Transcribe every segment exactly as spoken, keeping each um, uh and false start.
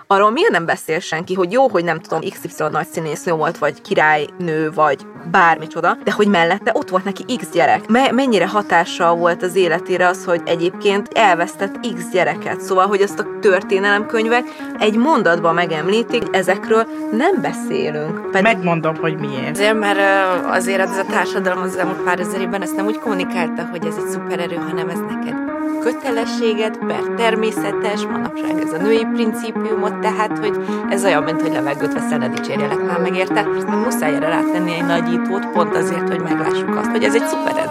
arról miért nem beszél senki, hogy jó, hogy nem tudom, iksz ipszilon nagy színésznő volt, vagy királynő, vagy bármicsoda, de hogy mellette ott volt neki X gyerek. Me- mennyire hatással volt az életére az, hogy egyébként elvesztett X gyereket. Szóval, hogy azt a történelemkönyvek egy mondatban megemlítik, ezekről nem beszélünk. Pedig... Megmondom, hogy miért. Azért, mert azért ez a társadalom az elmúlt pár ezer évben ezt nem úgy kommunikálta, hogy ez egy szupererő, hanem ez neked kötelességet, per természetes, manapság ez a női principiumot, tehát, hogy ez olyan, mint hogy levegőt veszel, ne dicsérjelek már meg érte, meg muszáj erre rátenni egy nagyítót, pont azért, hogy meglássuk azt, hogy ez egy szupererő.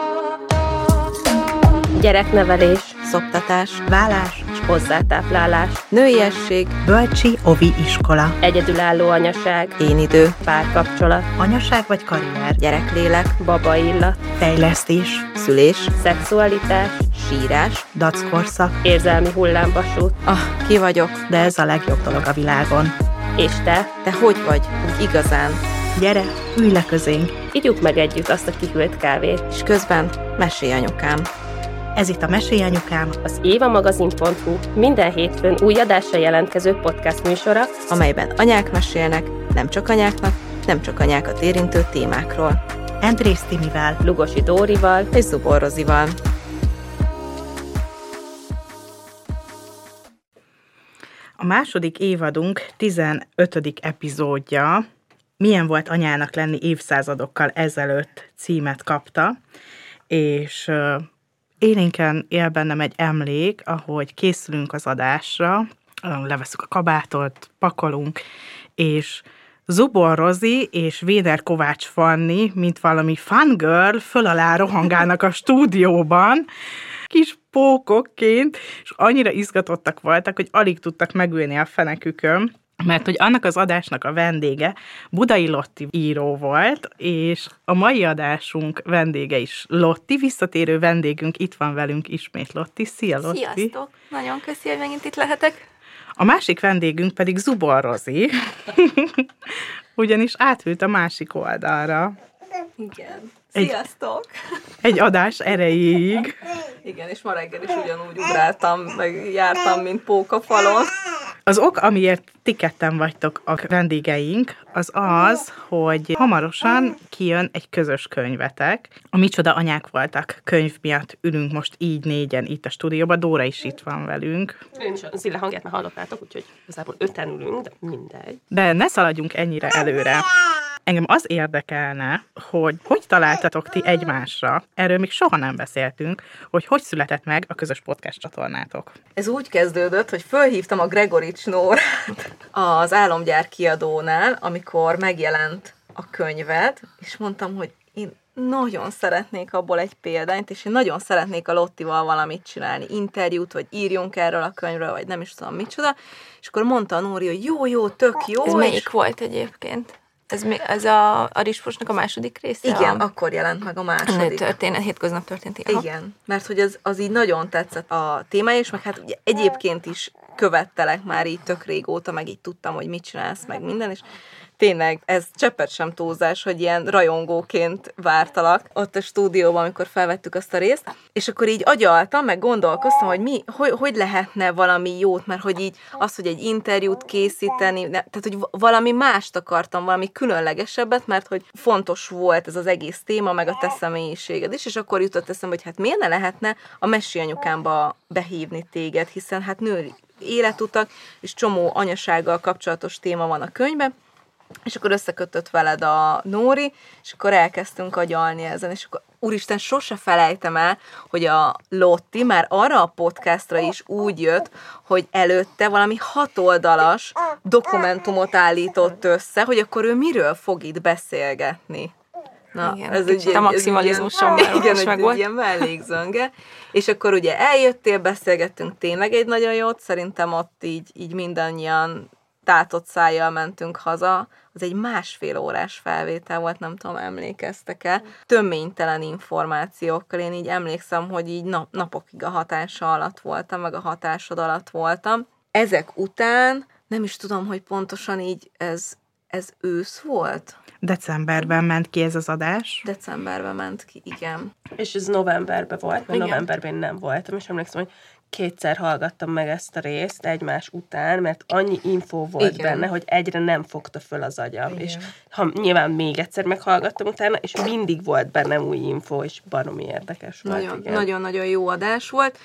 Gyereknevelés, szoptatás, vállás és hozzátáplálás, nőiesség, bölcsi ovi iskola, egyedülálló anyaság, én idő, párkapcsolat, anyaság vagy karrier, gyereklélek, baba illat, fejlesztés, szülés, szexualitás, sírás, dackorszak, érzelmi hullámvasút. Ah, ki vagyok, de ez a legjobb dolog a világon. És te? Te hogy vagy? Úgy igazán? Gyere, ülj le közénk. Igyuk meg együtt azt a kihűlt kávét. És közben mesélj anyukám. Ez itt a Mesélj Anyukám, az évamagazin pont hu minden hétfőn új adásra jelentkező podcast műsora, amelyben anyák mesélnek, nem csak anyáknak, nem csak anyákat érintő témákról. Andrész Timivel, Lugosi Dórival és Zubor Rozival. A második évadunk tizenötödik epizódja Milyen volt anyának lenni évszázadokkal ezelőtt címet kapta, és élénken él bennem egy emlék, ahogy készülünk az adásra, leveszük a kabátot, pakolunk, és Zubor Rozi és Véder Kovács Fanni, mint valami fangirl, föl alá rohangálnak a stúdióban, kis pókokként, és annyira izgatottak voltak, hogy alig tudtak megülni a fenekükön, mert hogy annak az adásnak a vendége Budai Lotti író volt, és a mai adásunk vendége is Lotti, visszatérő vendégünk itt van velünk ismét Lotti. Szia, Lotti! Sziasztok! Nagyon köszi, hogy megint itt lehetek. A másik vendégünk pedig Zubor Rozi, ugyanis átült a másik oldalra. Igen. Egy, Sziasztok! Egy adás erejéig. Igen, és ma reggel is ugyanúgy ugráltam, meg jártam, mint póka falon. Az ok, amiért ti ketten vagytok a vendégeink, az az, hogy hamarosan kijön egy közös könyvetek. A Micsoda anyák voltak könyv miatt ülünk most így négyen itt a stúdióban. Dóra is itt van velünk. Én is a Zilla hangját már hallottátok, úgyhogy igazából öten ülünk, de mindegy. De ne szaladjunk ennyire előre. Engem az érdekelne, hogy hogy találtatok ti egymásra, erről még soha nem beszéltünk, hogy hogy született meg a közös podcast csatornátok. Ez úgy kezdődött, hogy fölhívtam a Gregorics Nórát az Álomgyár kiadónál, amikor megjelent a könyved, és mondtam, hogy én nagyon szeretnék abból egy példányt, és én nagyon szeretnék a Lottival valamit csinálni, interjút, vagy írjunk erről a könyvről, vagy nem is tudom micsoda, és akkor mondta a Nóri, hogy jó, jó, tök jó. Ez melyik volt egyébként? Ez, mi, ez a, a Rizsfosnak a második része? Igen, a... akkor jelent meg a második. A nőtörténet, hétköznap történt. Aha. Igen, mert hogy az, az így nagyon tetszett a témája, és meg hát ugye egyébként is követtelek már így tök régóta, meg így tudtam, hogy mit csinálsz, meg minden, és tényleg ez cseppet sem túlzás, hogy ilyen rajongóként vártalak ott a stúdióban, amikor felvettük azt a részt, és akkor így agyaltam, meg gondolkoztam, hogy mi, hogy, hogy lehetne valami jót, mert hogy így az, hogy egy interjút készíteni, ne, tehát hogy valami mást akartam, valami különlegesebbet, mert hogy fontos volt ez az egész téma, meg a te személyiséged is, és akkor jutott eszembe, hogy hát miért ne lehetne a Mesélj Anyukámba behívni téged, hiszen hát női életutak, és csomó anyasággal kapcsolatos téma van a könyvben, és akkor összekötött veled a Nóri, és akkor elkezdtünk agyalni ezen, és akkor úristen, sose felejtem el, hogy a Lotti már arra a podcastra is úgy jött, hogy előtte valami hatoldalas dokumentumot állított össze, hogy akkor ő miről fog itt beszélgetni. Na, igen, ez egy, a maximalizmusom már igen, is meg egy volt. Ilyen mellékzönge. És akkor ugye eljöttél, beszélgettünk tényleg egy nagyon jót, szerintem ott így, így mindannyian tátott szájjal mentünk haza, az egy másfél órás felvétel volt, nem tudom, emlékeztek-e. Töménytelen információkkal, én így emlékszem, hogy így nap, napokig a hatása alatt voltam, meg a hatásod alatt voltam. Ezek után nem is tudom, hogy pontosan így ez, ez ősz volt? Decemberben ment ki ez az adás. Decemberben ment ki, igen. És ez novemberben volt, mert igen. novemberben nem voltam, és emlékszem, hogy kétszer hallgattam meg ezt a részt egymás után, mert annyi infó volt Igen. benne, hogy egyre nem fogta föl az agyam. Igen. És ha nyilván még egyszer meghallgattam utána, és mindig volt benne új info, és baromi érdekes volt. Nagyon, igen. nagyon-nagyon jó adás volt.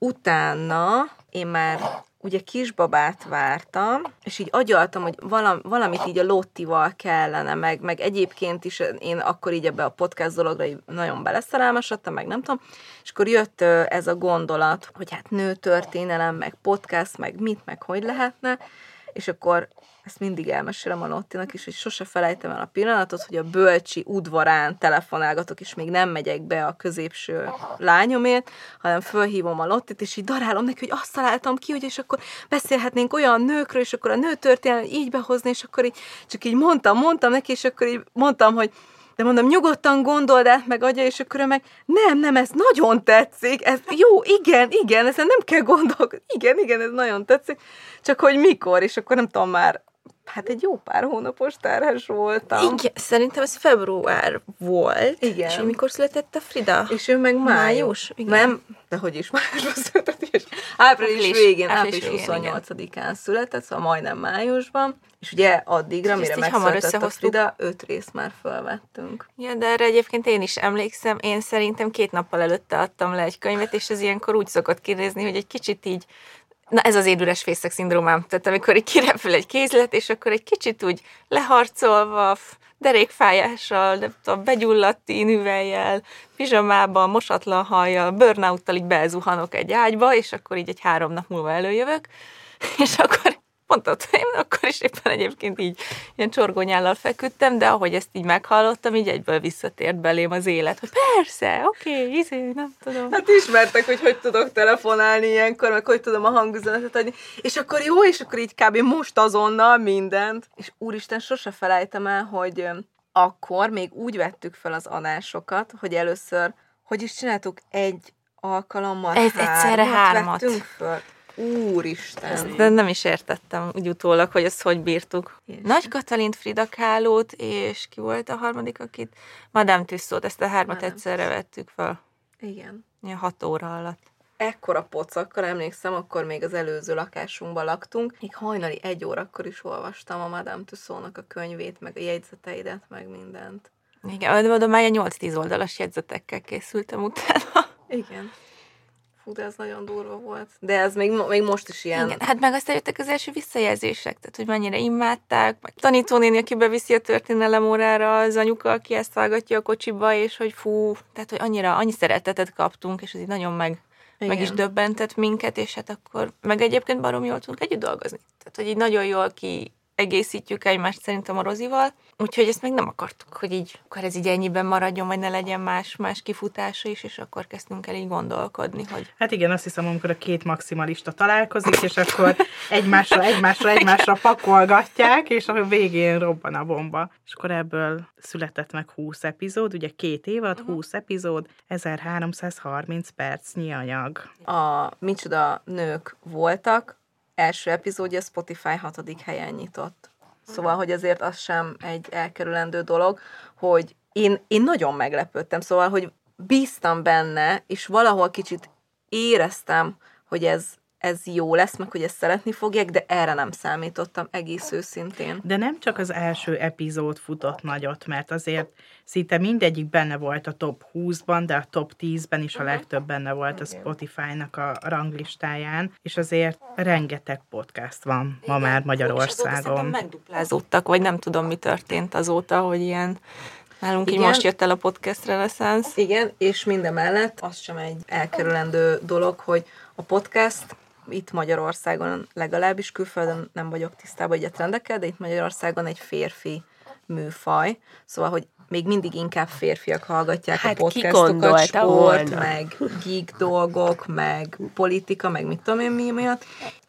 Utána én már ugye kisbabát vártam, és így agyaltam, hogy valam, valamit így a Lottival kellene, meg, meg egyébként is én akkor így ebbe a podcast dologra így nagyon beleszerelmesedtem, meg nem tudom, és akkor jött ez a gondolat, hogy hát nőtörténelem, meg podcast, meg mit, meg hogy lehetne, és akkor ezt mindig elmesélem a Lottinak is, hogy sose felejtem el a pillanatot, hogy a bölcsi udvarán telefonálgatok, és még nem megyek be a középső lányomért, hanem fölhívom a Lottit, és így darálom neki, hogy azt találtam ki, hogy és akkor beszélhetnénk olyan nőkről, és akkor a nőtörténelem így behozni, és akkor így csak így mondtam, mondtam neki, és akkor így mondtam, hogy de mondom, nyugodtan gondold át, meg adja, és akkor ő meg, nem, nem, ez nagyon tetszik, ez jó, igen, igen, ezen nem kell gondolkodni, igen, igen, ez nagyon tetszik, csak hogy mikor, és akkor nem tudom már, hát egy jó pár hónapos terhes voltam. Igen, szerintem ez február volt. Igen. És mikor született a Frida? És ő meg május. Május? Igen. Nem, de hogy is májusban született, és április Április- végén, április április végén, huszonnyolcadikán született, szóval majdnem májusban, és ugye addigra, Ezt mire így hamar megszületett a összehoztuk. Frida, öt részt már felvettünk. Ja, de erre egyébként én is emlékszem, én szerintem két nappal előtte adtam le egy könyvet, és ez ilyenkor úgy szokott kinézni, hogy egy kicsit így, na ez az édüres fészek szindrómám, tehát amikor így kirepül egy kézlet, és akkor egy kicsit úgy leharcolva, f- derékfájással, nem tudom, begyulladt tínüvelyjel, pizsamában, mosatlan hajjal, burnouttal így belzuhanok egy ágyba, és akkor így egy három nap múlva előjövök, és akkor mondtad, én akkor is éppen egyébként így ilyen csorgónyállal feküdtem, de ahogy ezt így meghallottam, így egyből visszatért belém az élet, hogy persze, oké, okay, izé, nem tudom. Hát ismertek, hogy hogy tudok telefonálni ilyenkor, meg hogy tudom a hangüzenetet adni, és akkor jó, és akkor így kb. Most azonnal mindent. És úristen, sose felejtem el, hogy ö, akkor még úgy vettük fel az adásokat, hogy először, hogy is csináltuk, egy alkalommal Egy- egyszerre hármat. vettünk föl. Úristen. Ezt de nem is értettem úgy utólag, hogy ezt hogy bírtuk. Yes. Nagy Katalint, Frida Kálót, és ki volt a harmadik, akit? Madame Tussauds, ezt a hármat Madame egyszerre vettük fel. Igen. Ilyen hat óra alatt. Ekkora pocakkal, emlékszem, akkor még az előző lakásunkban laktunk, még hajnali egy órakor is olvastam a Madame Tussaudsnak a könyvét, meg a jegyzeteidet, meg mindent. Igen, de oda már ilyen nyolc-tíz oldalas jegyzetekkel készültem utána. Igen. Fú, de ez nagyon durva volt. De ez még, még most is ilyen. Igen, hát meg aztán jöttek az első visszajelzések, tehát hogy mennyire imádták, meg tanítónéni, aki beviszi a történelem órára, az anyuka, aki ezt vágatja a kocsiba, és hogy fú, tehát hogy annyira, annyi szeretetet kaptunk, és ez így nagyon meg, meg is döbbentett minket, és hát akkor, meg egyébként barom jól tudunk együtt dolgozni. Tehát, hogy így nagyon jól ki egészítjük egymást szerintem a Rozival, úgyhogy ezt még nem akartuk, hogy így, akkor ez így ennyiben maradjon, vagy ne legyen más, más kifutása is, és akkor kezdtünk el így gondolkodni, hogy Hát igen, azt hiszem, amikor a két maximalista találkozik, és akkor egymásra, egymásra, egymásra pakolgatják, és a végén robban a bomba. És akkor ebből született meg húsz epizód, ugye két évad, húsz epizód, ezerháromszázharminc percnyi anyag. A Micsoda nők voltak, első epizódja Spotify hatodik helyen nyitott. Szóval, hogy azért az sem egy elkerülendő dolog, hogy én, én nagyon meglepődtem, szóval, hogy bíztam benne, és valahol kicsit éreztem, hogy ez, ez jó lesz, meg hogy ezt szeretni fogják, de erre nem számítottam egész őszintén. De nem csak az első epizód futott nagyot, mert azért szinte mindegyik benne volt a top húszban, de a top tízben is a legtöbb benne volt a Spotify-nak a ranglistáján, és azért rengeteg podcast van ma már Magyarországon. megduplázódtak, vagy nem tudom, mi történt azóta, hogy ilyen nálunk így Igen. most jött el a podcast reneszánsz. Igen, és mindemellett az sem egy elkerülendő dolog, hogy a podcast itt Magyarországon legalábbis, külföldön nem vagyok tisztában így a trendekkel, de itt Magyarországon egy férfi műfaj, szóval, hogy még mindig inkább férfiak hallgatják Hát a ki podcastokat, gondolta sport, volna? meg geek dolgok, meg politika, meg mit tudom én mi miatt,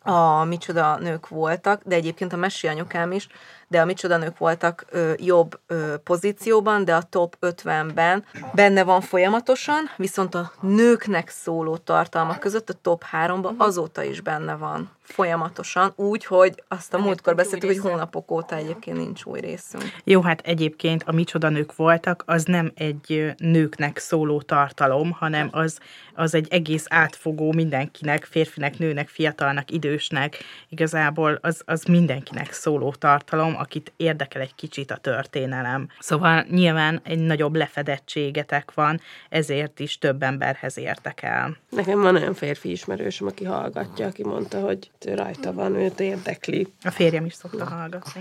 a Micsoda nők voltak, de egyébként a Mesi anyukám is, de a Micsoda nők voltak ö, jobb ö, pozícióban, de a top ötvenben benne van folyamatosan, viszont a nőknek szóló tartalmak között a top háromban azóta is benne van folyamatosan, úgy, hogy azt a múltkor beszéltük, hogy hónapok óta egyébként nincs új részünk. Jó, hát egyébként a Micsoda nők voltak, az nem egy nőknek szóló tartalom, hanem az, az egy egész átfogó mindenkinek, férfinek, nőnek, fiatalnak, idősnek, igazából az, az mindenkinek szóló tartalom, akit érdekel egy kicsit a történelem. Szóval nyilván egy nagyobb lefedettségetek van, ezért is több emberhez értek el. Nekem van olyan férfi ismerősöm, aki hallgatja, aki mondta, hogy ő rajta van, őt érdekli. A férjem is szokta hallgatni.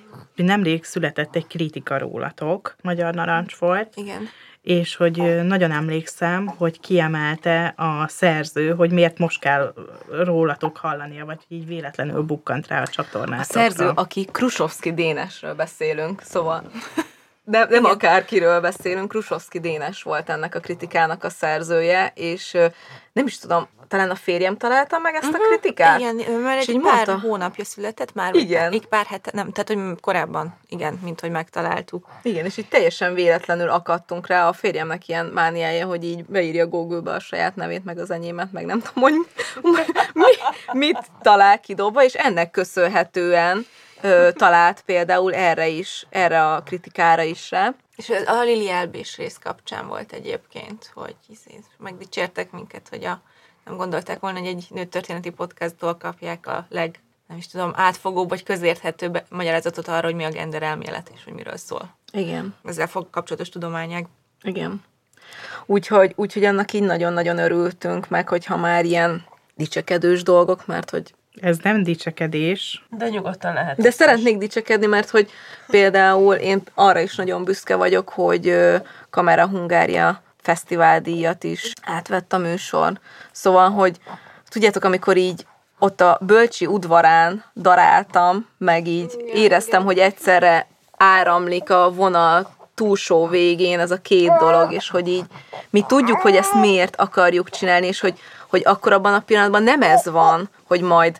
Nemrég született egy kritika rólatok, Magyar Narancs volt. Igen. És hogy nagyon emlékszem, hogy kiemelte a szerző, hogy miért most kell rólatok hallania, vagy így véletlenül bukkant rá a csatornátokra. A szerző, aki Krusovszki Dénesről beszélünk, szóval nem, nem akárkiről beszélünk, Krusovszki Dénes volt ennek a kritikának a szerzője, és nem is tudom, talán a férjem találta meg ezt uh-huh. a kritikát? Igen, mert egy, egy pár mondta, hónapja született már. Igen. Egy pár hete, nem, tehát hogy korábban, igen, mint hogy megtaláltuk. Igen, és így teljesen véletlenül akadtunk rá, a férjemnek ilyen mániája, hogy így beírja Google-be a saját nevét, meg az enyémet, meg nem tudom, hogy mi, mit talál kidobva, és ennek köszönhetően ö, talált például erre is, erre a kritikára is rá. És a Lili Elbés rész kapcsán volt egyébként, hogy megdicsértek minket, hogy a, nem gondolták volna, hogy egy nőtörténeti podcasttól kapják a leg, nem is tudom, átfogóbb vagy közérthetőbb magyarázatot arra, hogy mi a gender elmélet és hogy miről szól. Igen. Ezzel fog kapcsolatos tudományág. Igen. Úgyhogy, úgyhogy annak így nagyon-nagyon örültünk meg, hogyha már ilyen dicsekedős dolgok, mert hogy ez nem dicsekedés. De nyugodtan lehet. De szeretnék dicsekedni, mert hogy például én arra is nagyon büszke vagyok, hogy Kamera Hungária fesztiváldíjat is átvett a műsor. Szóval, hogy tudjátok, amikor így ott a Bölcsi udvarán daráltam, meg így éreztem, hogy egyszerre áramlik a vonal túlsó végén ez a két dolog, és hogy így mi tudjuk, hogy ezt miért akarjuk csinálni, és hogy, hogy akkor abban a pillanatban nem ez van, hogy majd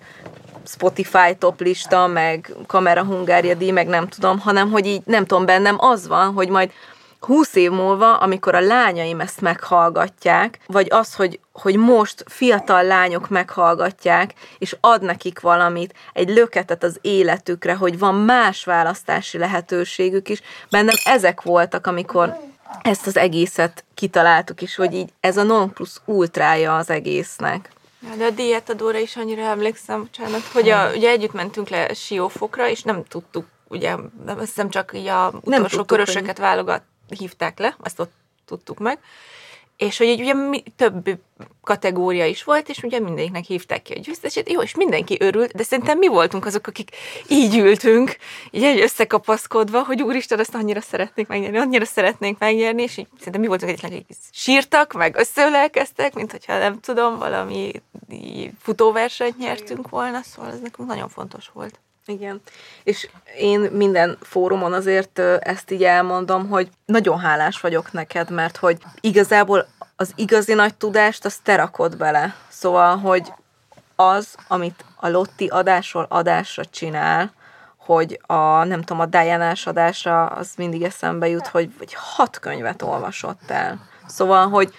Spotify toplista, meg Kamera Hungária díj, meg nem tudom, hanem hogy így nem tudom, bennem az van, hogy majd húsz év múlva, amikor a lányaim ezt meghallgatják, vagy az, hogy, hogy most fiatal lányok meghallgatják, és ad nekik valamit, egy löketet az életükre, hogy van más választási lehetőségük is. Bennem ezek voltak, amikor ezt az egészet kitaláltuk is, hogy így ez a non plus ultrája az egésznek. Ja, de a diétadóra is annyira emlékszem, bocsánat, hogy a, ugye együtt mentünk le Siófokra, és nem tudtuk, ugye, azt hiszem csak így a utolsó tudtuk, körösöket hogy... válogat, hívták le, azt ott tudtuk meg, és hogy ugye mi, több kategória is volt, és ugye mindegyiknek hívták ki a győztesét, jó, és mindenki örült, de szerintem mi voltunk azok, akik így ültünk, így összekapaszkodva, hogy úristen, ezt annyira szeretnék megnyerni, annyira szeretnénk megnyerni, és így szerintem mi voltunk egyetlen, akik sírtak, meg összeölelkeztek, mint hogyha nem tudom, valami futóversenyt nyertünk volna, szóval ez nekünk nagyon fontos volt. Igen, és én minden fórumon azért ezt így elmondom, hogy nagyon hálás vagyok neked, mert hogy igazából az igazi nagy tudást, azt te rakod bele. Szóval, hogy az, amit a Lotti adásról adásra csinál, hogy a, nem tudom, a Diana-s adásra az mindig eszembe jut, hogy vagy hat könyvet olvasott el. Szóval, hogy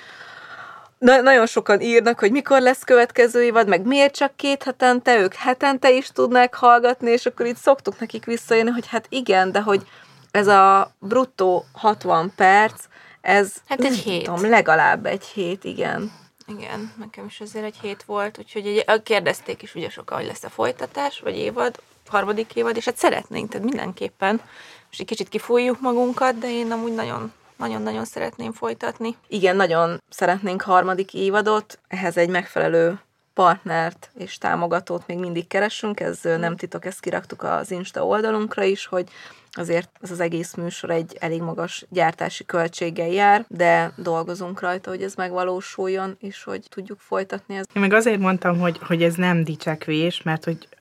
Na, nagyon sokan írnak, hogy mikor lesz következő évad, meg miért csak két hetente, ők hetente is tudnák hallgatni, és akkor itt szoktuk nekik visszajönni, hogy hát igen, de hogy ez a bruttó hatvan perc, ez hát egy hét. Tudom, legalább egy hét, igen. Igen, nekem is azért egy hét volt, úgyhogy egy, kérdezték is ugye sokan, hogy lesz a folytatás, vagy évad, harmadik évad, és hát szeretnénk, tehát mindenképpen. Most egy kicsit kifújjuk magunkat, de én amúgy nagyon... Nagyon-nagyon szeretném folytatni. Igen, nagyon szeretnénk harmadik évadot, ehhez egy megfelelő partnert és támogatót még mindig keresünk, ez nem titok, ezt kiraktuk az Insta oldalunkra is, hogy azért ez az egész műsor egy elég magas gyártási költséggel jár, de dolgozunk rajta, hogy ez megvalósuljon, és hogy tudjuk folytatni ezt. Én meg azért mondtam, hogy, hogy ez nem dicsekvés, mert hogy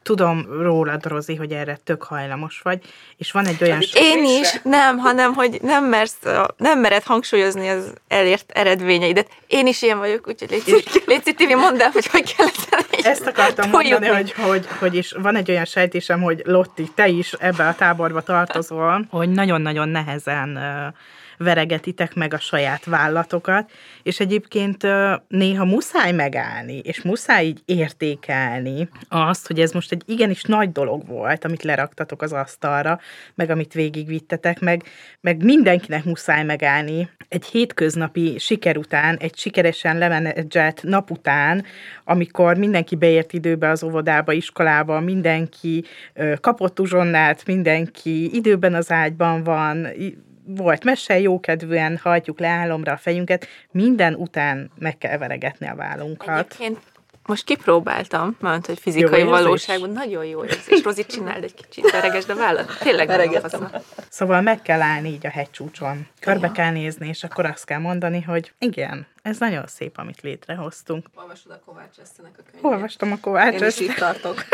tudom rólad, Rozi, hogy erre tök hajlamos vagy, és van egy olyan... Én is, nem, hanem, hogy nem, mersz, nem mered hangsúlyozni az elért eredményeidet. Én is ilyen vagyok, úgyhogy légy, légy Tibi, mondd el, hogy hogy kellett el. Ezt akartam mondani, hogy, hogy, hogy is van egy olyan sejtésem, hogy Lotti, te is ebbe a táborba tartozol, hogy nagyon-nagyon nehezen veregetitek meg a saját vállatokat, és egyébként néha muszáj megállni, és muszáj így értékelni azt, hogy ez most egy igenis nagy dolog volt, amit leraktatok az asztalra, meg amit végigvittetek, meg, meg mindenkinek muszáj megállni egy hétköznapi siker után, egy sikeresen lemenedzselt nap után, amikor mindenki beért időbe az óvodába, iskolába, mindenki kapott uzsonnát, mindenki időben az ágyban van, volt mese, jókedvűen hajtjuk le álomra a fejünket, minden után meg kell veregetni a vállunkat. Egyébként most kipróbáltam, mert hogy fizikai jó valóságban nagyon jó érzés. Rozi, csináld egy kicsit, veregesd a vállat. Tényleg veregettem. Szóval meg kell állni így a hegycsúcson. Körbe kell nézni, és akkor azt kell mondani, hogy igen, ez nagyon szép, amit létrehoztunk. Olvasod a Kovács Eszternek a könyvét? Olvastam a Kovács Én is itt tartok.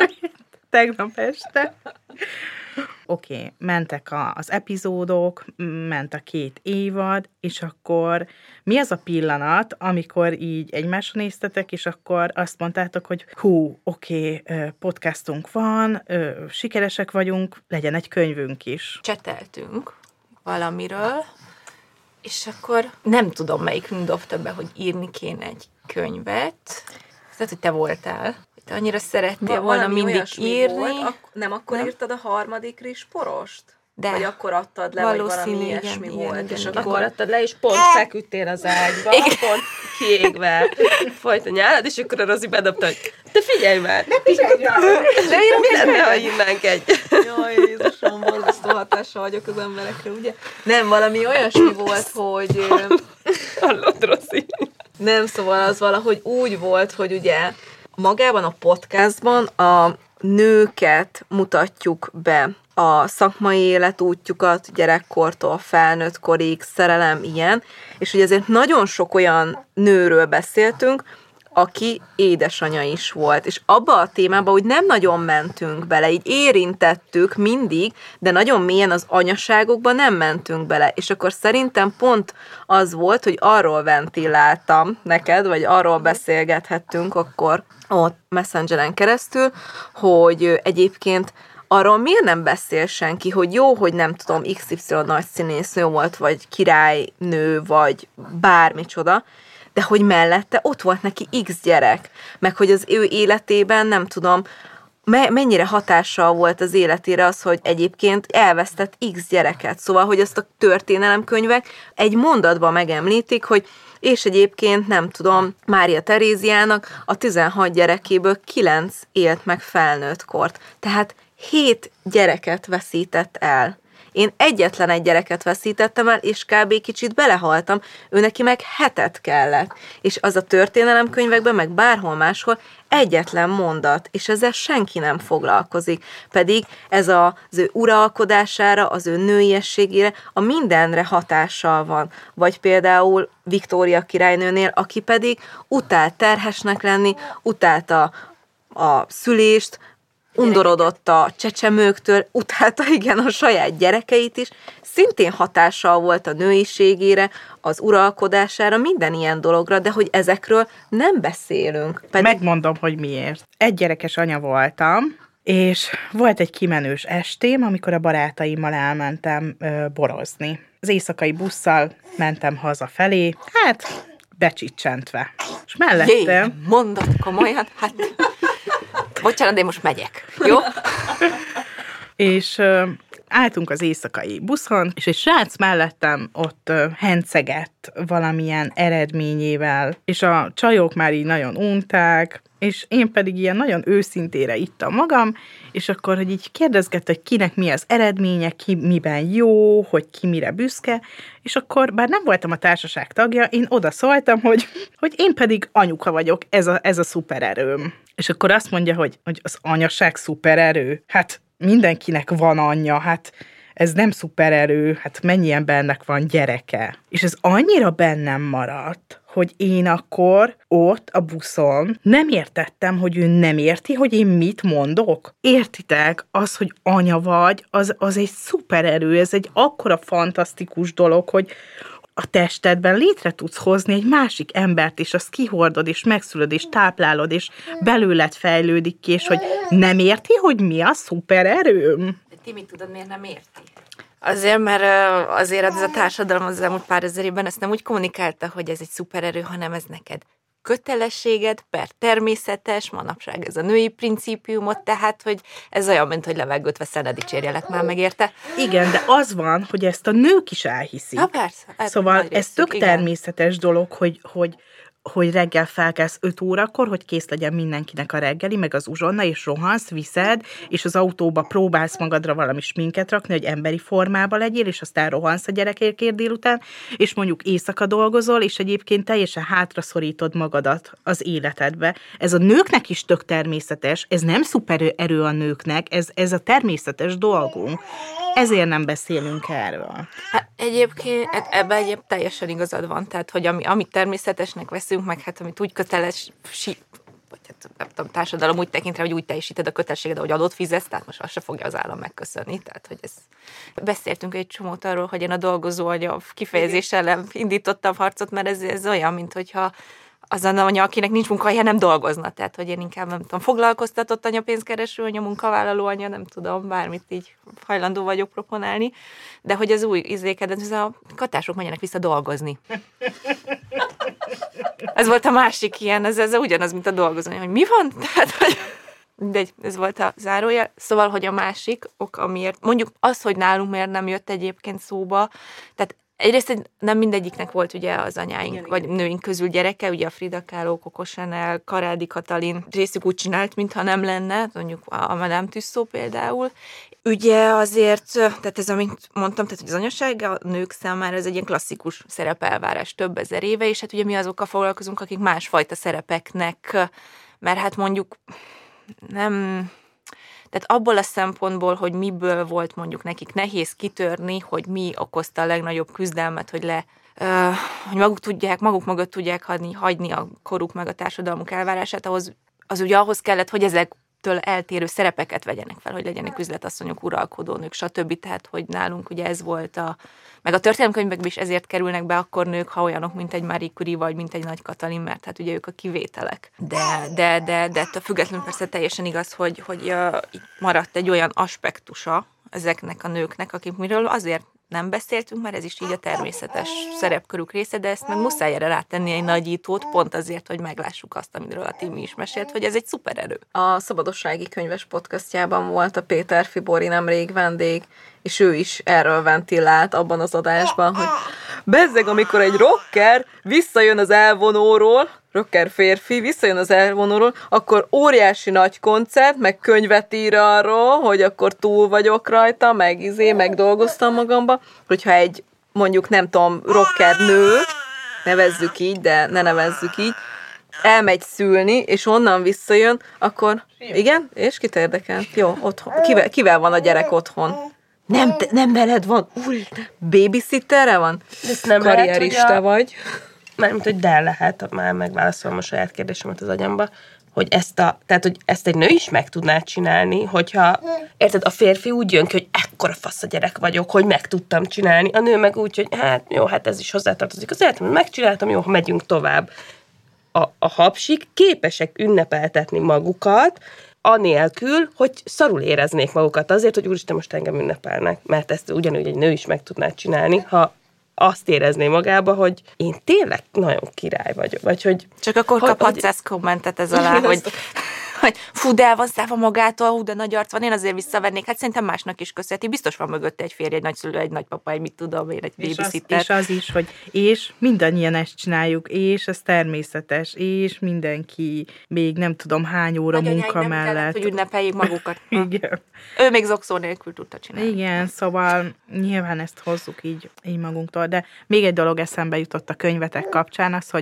Tegnap este. Oké, okay, mentek a, az epizódok, ment a két évad, és akkor mi az a pillanat, amikor így egymásra néztetek, és akkor azt mondtátok, hogy hú, oké, okay, podcastunk van, sikeresek vagyunk, legyen egy könyvünk is. Cseteltünk valamiről, és akkor nem tudom, melyikünk dobta be, hogy írni kéne egy könyvet. Tehát, hogy te voltál. Te annyira szerettél volna mindig írni. Volt, ak- nem akkor nem? írtad a harmadik rizsporost? De. Vagy akkor adtad le, vagy valami ilyesmi igen, volt. Igen, és igen. akkor... akkor adtad le, és pont feküdtél az ágyba, igen. Pont kiégve. Folyt a nyálad, és akkor a Rozi bedobta, hogy te figyelj már! Ne figyelj már! De én mi lenne, ha írnánk egy? Jaj, Jézusom, borzasztó hatással vagyok az emberekre, ugye? Nem, valami olyasmi volt, hogy... Hallod, Rozi? Nem, szóval az valahogy úgy volt, hogy ugye magában a podcastban a nőket mutatjuk be, a szakmai életútjukat, gyerekkortól felnőtt korig, szerelem, ilyen, és ugye ezért nagyon sok olyan nőről beszéltünk, aki édesanyja is volt. És abba a témába úgy nem nagyon mentünk bele, így érintettük mindig, de nagyon mélyen az anyaságokba nem mentünk bele. És akkor szerintem pont az volt, hogy arról ventiláltam neked, vagy arról beszélgethettünk akkor ott Messengeren keresztül, hogy egyébként arról miért nem beszél senki, hogy jó, hogy nem tudom, iksz ipszilon nagy színésznő volt, vagy királynő, vagy bármicsoda, de hogy mellette ott volt neki X gyerek, meg hogy az ő életében, nem tudom, me- mennyire hatással volt az életére az, hogy egyébként elvesztett X gyereket. Szóval, hogy azt a történelemkönyvek egy mondatban megemlítik, hogy és egyébként, nem tudom, Mária Teréziának a tizenhat gyerekéből kilenc élt meg felnőttkort. Tehát hét gyereket veszített el. Én egyetlen egy gyereket veszítettem el, és kb. Kicsit belehaltam, ő neki meg hetet kellett. És az a történelemkönyvekben, meg bárhol máshol egyetlen mondat, és ezzel senki nem foglalkozik. Pedig ez a, az ő uralkodására, az ő nőiességére, a mindenre hatással van. Vagy például Viktória királynőnél, aki pedig utált terhesnek lenni, utálta a szülést, undorodott a csecsemőktől, utálta igen a saját gyerekeit is, szintén hatással volt a nőiségére, az uralkodására, minden ilyen dologra, de hogy ezekről nem beszélünk. Pedig... Megmondom, hogy miért. Egy gyerekes anya voltam, és volt egy kimenős estém, amikor a barátaimmal elmentem ö, borozni. Az éjszakai busszal mentem hazafelé, hát becsicsentve. És mellettem... Jé, mondod komolyan? Hát... Bocsánat, de én most megyek. Jó? És uh, álltunk az éjszakai buszon, és egy srác mellettem ott uh, hencegett valamilyen eredményével, és a csajok már így nagyon unták, és én pedig ilyen nagyon őszintére ittam magam, és akkor, hogy így kérdezgette, hogy kinek mi az eredménye, ki miben jó, hogy ki mire büszke, és akkor, bár nem voltam a társaság tagja, én oda szóltam, hogy, hogy én pedig anyuka vagyok, ez a, ez a szupererőm. És akkor azt mondja, hogy, hogy az anyaság szupererő? Hát mindenkinek van anyja, hát ez nem szupererő, hát mennyi embernek van gyereke. És ez annyira bennem maradt, hogy én akkor ott a buszon nem értettem, hogy ő nem érti, hogy én mit mondok. Értitek? Az, hogy anya vagy, az, az egy szuper erő, ez egy akkora fantasztikus dolog, hogy a testedben létre tudsz hozni egy másik embert, és azt kihordod, és megszülöd, és táplálod, és belőled fejlődik ki, és hogy nem érti, hogy mi a szuper erőm? De ti mit tudod, miért nem érti? Azért, mert azért ez a társadalom az elmúlt pár ezer évben ezt nem úgy kommunikálta, hogy ez egy szupererő, hanem ez neked kötelességed, per természetes, manapság ez a női principiumot, tehát, hogy ez olyan, mint hogy levegőt veszel, ne dicsérjelek már meg, érte? Igen, de az van, hogy ezt a nők is elhiszik. Ha persze. Szóval ez tök igen. természetes dolog, hogy, hogy hogy reggel felkelsz öt órakor, hogy kész legyen mindenkinek a reggeli, meg az uzsonna, és rohansz, viszed, és az autóba próbálsz magadra valami sminket rakni, hogy emberi formába legyél, és aztán rohansz a gyerekekért délután, és mondjuk éjszaka dolgozol, és egyébként teljesen hátraszorítod magadat az életedbe. Ez a nőknek is tök természetes, ez nem szuper erő a nőknek, ez, ez a természetes dolgunk. Ezért nem beszélünk erről. Hát egyébként ebben egyéb teljesen igazad van, tehát, hogy ami, amit természetesnek veszünk, meg hát amit úgy köteles, vagy hát nem tudom, társadalom úgy tekintre, hogy úgy teljesíted a kötelességet, ahogy adót fizetsz, tehát most azt se fogja az állam megköszönni. Tehát, hogy ez... Beszéltünk egy csomót arról, hogy én a dolgozó anya kifejezés ellen indítottam harcot, mert ez, ez olyan, mint hogyha az a anya, akinek nincs munkahelye, nem dolgozna. Tehát, hogy én inkább nem tudom, foglalkoztatott anya, pénzkereső anya, munkavállaló anya, nem tudom, bármit így hajlandó vagyok proponálni. De hogy az új izékedet, ez a katások menjenek vissza dolgozni. Ez volt a másik ilyen, ez, ez ugyanaz, mint a dolgozó, hogy mi van? Tehát, hogy... De ez volt a zárójel. Szóval, hogy a másik ok, amiért, mondjuk az, hogy nálunk miért nem jött egyébként szóba, tehát egyrészt nem mindegyiknek volt ugye az anyáink, igen, vagy igen. nőink közül gyereke, ugye a Frida Kahlo, Coco Chanel, Karádi Katalin részük úgy csinált, mintha nem lenne, mondjuk a Madame Tussauds például. Ugye azért, tehát ez, amit mondtam, tehát hogy az anyaság a nők számára ez egy ilyen klasszikus szerepelvárás több ezer éve, és hát ugye mi azokkal foglalkozunk, akik másfajta szerepeknek, mert hát mondjuk nem... Tehát abból a szempontból, hogy miből volt mondjuk nekik nehéz kitörni, hogy mi okozta a legnagyobb küzdelmet, hogy le, uh, hogy maguk tudják, maguk mögött tudják hagyni, hagyni a koruk meg a társadalmuk elvárását, ahhoz, az ugye ahhoz kellett, hogy ezektől eltérő szerepeket vegyenek fel, hogy legyenek üzletasszonyok, uralkodónők, stb. Tehát, hogy nálunk ugye ez volt a, meg a történelemkönyvekben is ezért kerülnek be akkor nők, ha olyanok, mint egy Marie Curie, vagy mint egy Nagy Katalin, mert hát ugye ők a kivételek. De, de, de, de ettől függetlenül persze teljesen igaz, hogy, hogy uh, itt maradt egy olyan aspektusa ezeknek a nőknek, akik miről azért nem beszéltünk, mert ez is így a természetes szerepkörük része, de ezt meg muszáj erre rátenni egy nagyítót, pont azért, hogy meglássuk azt, amiről a Timi is mesélt, hogy ez egy szupererő. A Szabadossági Könyves podcastjában volt a Péter Fibori nemrég vendég, és ő is erről ventilált abban az adásban, hogy bezzeg, amikor egy rocker visszajön az elvonóról, rocker férfi visszajön az elvonóról, akkor óriási nagy koncert, meg könyvet ír arról, hogy akkor túl vagyok rajta, meg izé, meg dolgoztam magamba, hogyha egy mondjuk nem tudom, rocker nő, nevezzük így, de ne nevezzük így, elmegy szülni, és onnan visszajön, akkor igen, és kit érdekel? Jó, otthon. Kivel, kivel van a gyerek otthon? Nem, te, nem veled van? Úr, babysitterre van? Nem karrierista lehet, vagy. Mármint, hogy de lehet, már megválaszolom a saját kérdésemet az agyamba, hogy ezt a, tehát, hogy ezt egy nő is meg tudná csinálni, hogyha, érted, a férfi úgy jön ki, hogy ekkora fasz a gyerek vagyok, hogy meg tudtam csinálni, a nő meg úgy, hogy hát jó, hát ez is hozzátartozik az életem, megcsináltam, jó, megyünk tovább. A, a hapsik képesek ünnepeltetni magukat, anélkül, hogy szarul éreznék magukat azért, hogy úristen, most engem ünnepelnek, mert ezt ugyanúgy egy nő is meg tudná csinálni, ha azt érezné magába, hogy én tényleg nagyon király vagyok, vagy hogy... Csak akkor kap hatszáz kommentet ez alá, hogy, hogy fú, de el van szállva magától, hú, de nagy arc van, én azért visszavennék. Hát szerintem másnak is köszönheti. Biztos van mögötte egy férj, egy nagyszülő, egy nagypapa, egy mit tudom én, egy babysitter. És az is, hogy és mindannyian ezt csináljuk, és ez természetes, és mindenki még nem tudom hány óra Nagy munka nem mellett. Kellett, hogy ünnepeljék magukat. Igen. Ő még zokszó nélkül tudta csinálni. Igen, szóval nyilván ezt hozzuk így, így magunktól, de még egy dolog eszembe jutott a könyvetek kapcsán, az, hogy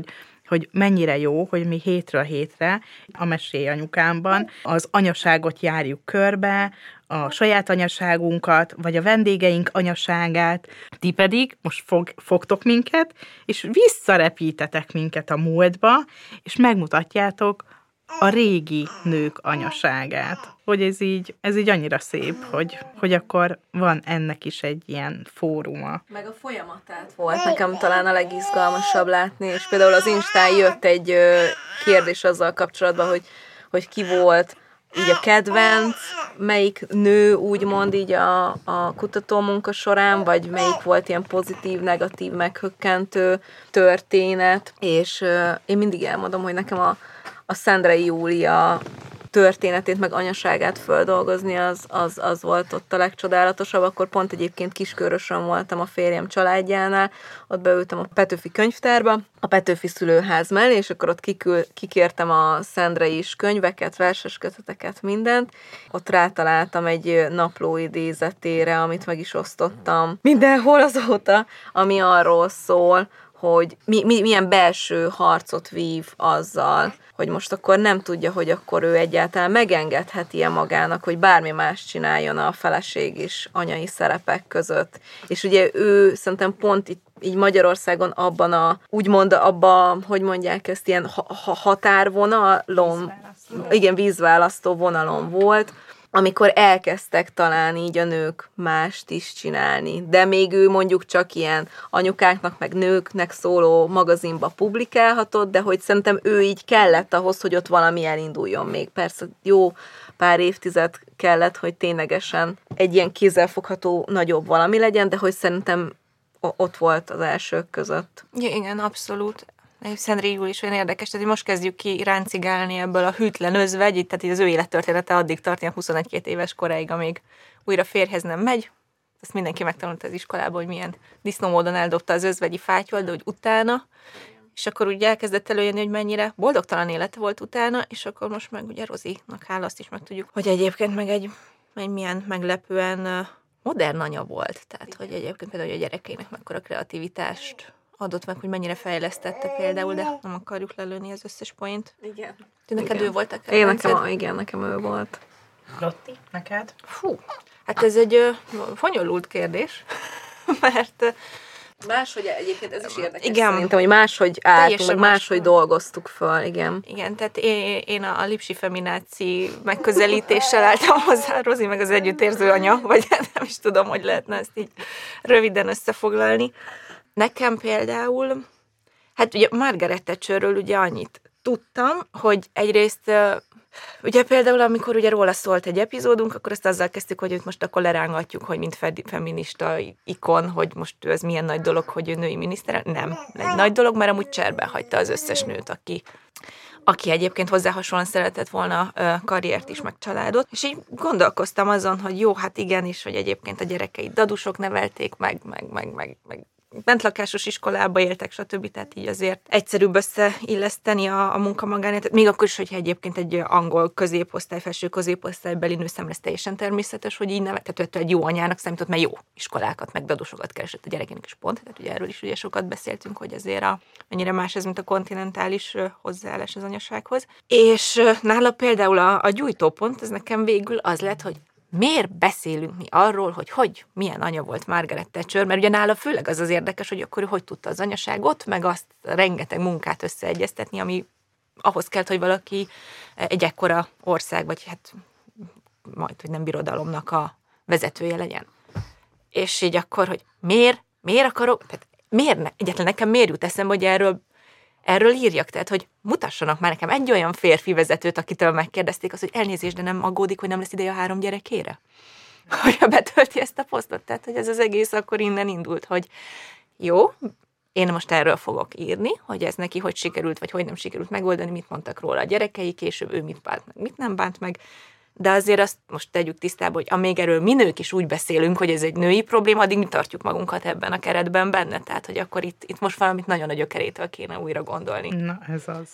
hogy mennyire jó, hogy mi hétről hétre a Mesély anyukámban az anyaságot járjuk körbe, a saját anyaságunkat, vagy a vendégeink anyaságát. Ti pedig most fog, fogtok minket, és visszarepítetek minket a múltba, és megmutatjátok a régi nők anyaságát. Hogy ez így, ez így annyira szép, hogy, hogy akkor van ennek is egy ilyen fóruma. Meg a folyamatát volt nekem talán a legizgalmasabb látni, és például az Instán jött egy ö, kérdés azzal kapcsolatban, hogy, hogy ki volt így a kedvenc, melyik nő úgymond így a, a kutatómunka során, vagy melyik volt ilyen pozitív, negatív, meghökkentő történet, és ö, én mindig elmondom, hogy nekem a a Szendrei Júlia történetét, meg anyaságát földolgozni, az, az, az volt ott a legcsodálatosabb. Akkor pont egyébként Kiskörösön voltam a férjem családjánál, ott beültem a Petőfi könyvtárba, a Petőfi szülőház mellé, és akkor ott kikül, kikértem a Szendrei is könyveket, versesköteteket, mindent. Ott rátaláltam egy napló idézetére, amit meg is osztottam mindenhol azóta, ami arról szól, hogy mi, mi, milyen belső harcot vív azzal, hogy most akkor nem tudja, hogy akkor ő egyáltalán megengedheti-e magának, hogy bármi más csináljon a feleség és anyai szerepek között. És ugye ő szerintem pont itt így Magyarországon abban a, úgymond abban, hogy mondják ezt, ilyen ha- ha- határvonalon, vízválasztó. igen, vízválasztó vonalon volt, amikor elkezdtek talán így a nők mást is csinálni. De még ő mondjuk csak ilyen anyukáknak, meg nőknek szóló magazinba publikálhatott, de hogy szerintem ő így kellett ahhoz, hogy ott valami elinduljon még. Persze jó pár évtized kellett, hogy ténylegesen egy ilyen kézzelfogható nagyobb valami legyen, de hogy szerintem ott volt az elsők között. Ja, igen, abszolút. Szendrei Júlia is olyan érdekes, tehát most kezdjük ki ráncigálni ebből a hűtlen özvegy, tehát így az ő élettörténete addig tart, ilyen huszonegy-két éves koráig, amíg újra férjhez nem megy. Ezt mindenki megtanulta az iskolában, hogy milyen disznómódon eldobta az özvegyi fátyolt, de hogy utána, és akkor úgy elkezdett előjönni, hogy mennyire boldogtalan élete volt utána, és akkor most meg ugye Rozinak hála azt is megtudjuk, hogy egyébként meg egy, egy milyen meglepően modern anya volt, tehát hogy egyébként például a gyerekeinek mekkora kreativitást adott meg, hogy mennyire fejlesztette például, de nem akarjuk lelőni az összes point. Igen. Te neked igen. ő volt a Én nekem, igen, nekem ő volt. Lotti, neked? Fú, hát ez egy ö, fonyolult kérdés, mert Máshogy egyébként ez is érdekes igen. szerintem, hogy máshogy álltunk, Teljesen meg máshogy máshogy. dolgoztuk föl, igen. igen, tehát én, én a, a lipsi femináci megközelítéssel álltam hozzá, Rozi meg az együttérző anya, vagy nem is tudom, hogy lehetne ezt így röviden összefoglalni. Nekem például, hát ugye Margaret Thatcherről ugye annyit tudtam, hogy egyrészt, ugye például amikor ugye róla szólt egy epizódunk, akkor ezt azzal kezdtük, hogy őt most akkor lerángatjuk, hogy mint feminista ikon, hogy most ez milyen nagy dolog, hogy ő női miniszter. Nem, egy nagy dolog, mert amúgy cserben hagyta az összes nőt, aki, aki egyébként hozzá hasonlóan szeretett volna karriert is, meg családot. És így gondolkoztam azon, hogy jó, hát igen, és hogy egyébként a gyerekeit dadusok nevelték meg, meg, meg, meg, meg bentlakásos iskolába éltek, stb. Tehát így azért egyszerűbb összeilleszteni a, a munka magánéletet. Még akkor is, hogyha egyébként egy angol középosztály, felső középosztálybeli nő számára ez teljesen természetes, hogy így nevet. Tehát egy jó anyának számított, mert jó iskolákat, meg dadosokat keresett a gyerekének is pont. Tehát ugye erről is ugye sokat beszéltünk, hogy azért a, mennyire más ez, mint a kontinentális hozzáállás az anyasághoz. És nála például a, a gyújtópont, ez nekem végül az lett, hogy miért beszélünk mi arról, hogy hogy, milyen anya volt Margaret Thatcher, mert ugye nála főleg az az érdekes, hogy akkor ő hogy tudta az anyaságot, meg azt rengeteg munkát összeegyeztetni, ami ahhoz kellett, hogy valaki egy ekkora ország, vagy hát majd, hogy nem birodalomnak a vezetője legyen. És így akkor, hogy miért, miért akarok, tehát miért ne, egyáltalán nekem miért jut eszembe, hogy erről Erről írjak, tehát, hogy mutassanak már nekem egy olyan férfi vezetőt, akitől megkérdezték azt, hogy elnézést, de nem aggódik, hogy nem lesz ideje a három gyerekére? Hogy betölti ezt a posztot. Tehát, hogy ez az egész akkor innen indult, hogy jó, én most erről fogok írni, hogy ez neki hogy sikerült, vagy hogy nem sikerült megoldani, mit mondtak róla a gyerekei, később ő mit bánt meg, mit nem bánt meg. De azért azt most tegyük tisztába, hogy amíg erről mi nők is úgy beszélünk, hogy ez egy női probléma, addig mi tartjuk magunkat ebben a keretben benne. Tehát, hogy akkor itt, itt most valamit nagyon nagy gyökerétől kéne újra gondolni. Na, ez az.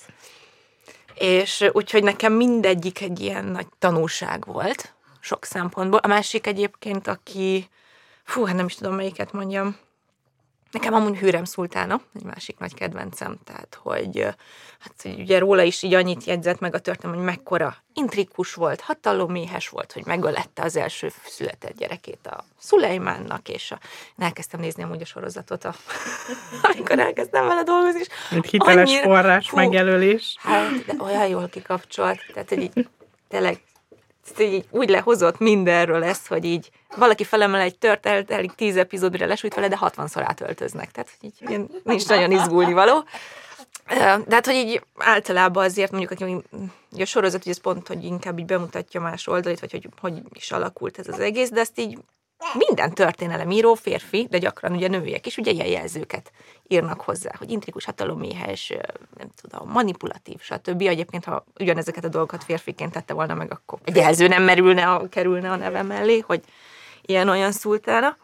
És úgyhogy nekem mindegyik egy ilyen nagy tanulság volt, sok szempontból. A másik egyébként, aki, fú, hát nem is tudom, melyiket mondjam, Nekem amúgy Hürrem szultána, egy másik nagy kedvencem, tehát, hogy hát ugye róla is így annyit jegyzett meg a történet, hogy mekkora intrikus volt, hatalomméhes volt, hogy megölette az első született gyerekét a Szulejmánnak, és a, elkezdtem nézni amúgy a sorozatot, a, amikor elkezdtem vele dolgozni. Mint hiteles annyira, forrás hú, megjelölés. Hát, de olyan jól kikapcsolt, tehát, hogy így tényleg így úgy lehozott mindenről ezt, hogy így valaki felemel egy tört, el, elég tíz epizód, mire lesújt vele, de hatvanszor átöltöznek. Tehát így ilyen, nincs nagyon izgulni való. De hát, hogy így általában azért mondjuk, hogy a sorozat, hogy ez pont, hogy inkább így bemutatja más oldalét, vagy hogy hogy is alakult ez az egész, de ezt így minden történelemíró férfi, de gyakran ugye nőiek is, ugye ilyen jelzőket írnak hozzá, hogy intrikus, hatalomméhes, nem tudom, manipulatív, stb. Egyébként, ha ugyanezeket a dolgokat férfiként tette volna meg, akkor egy jelző nem merülne, a, kerülne a neve mellé, hogy ilyen-olyan szultána.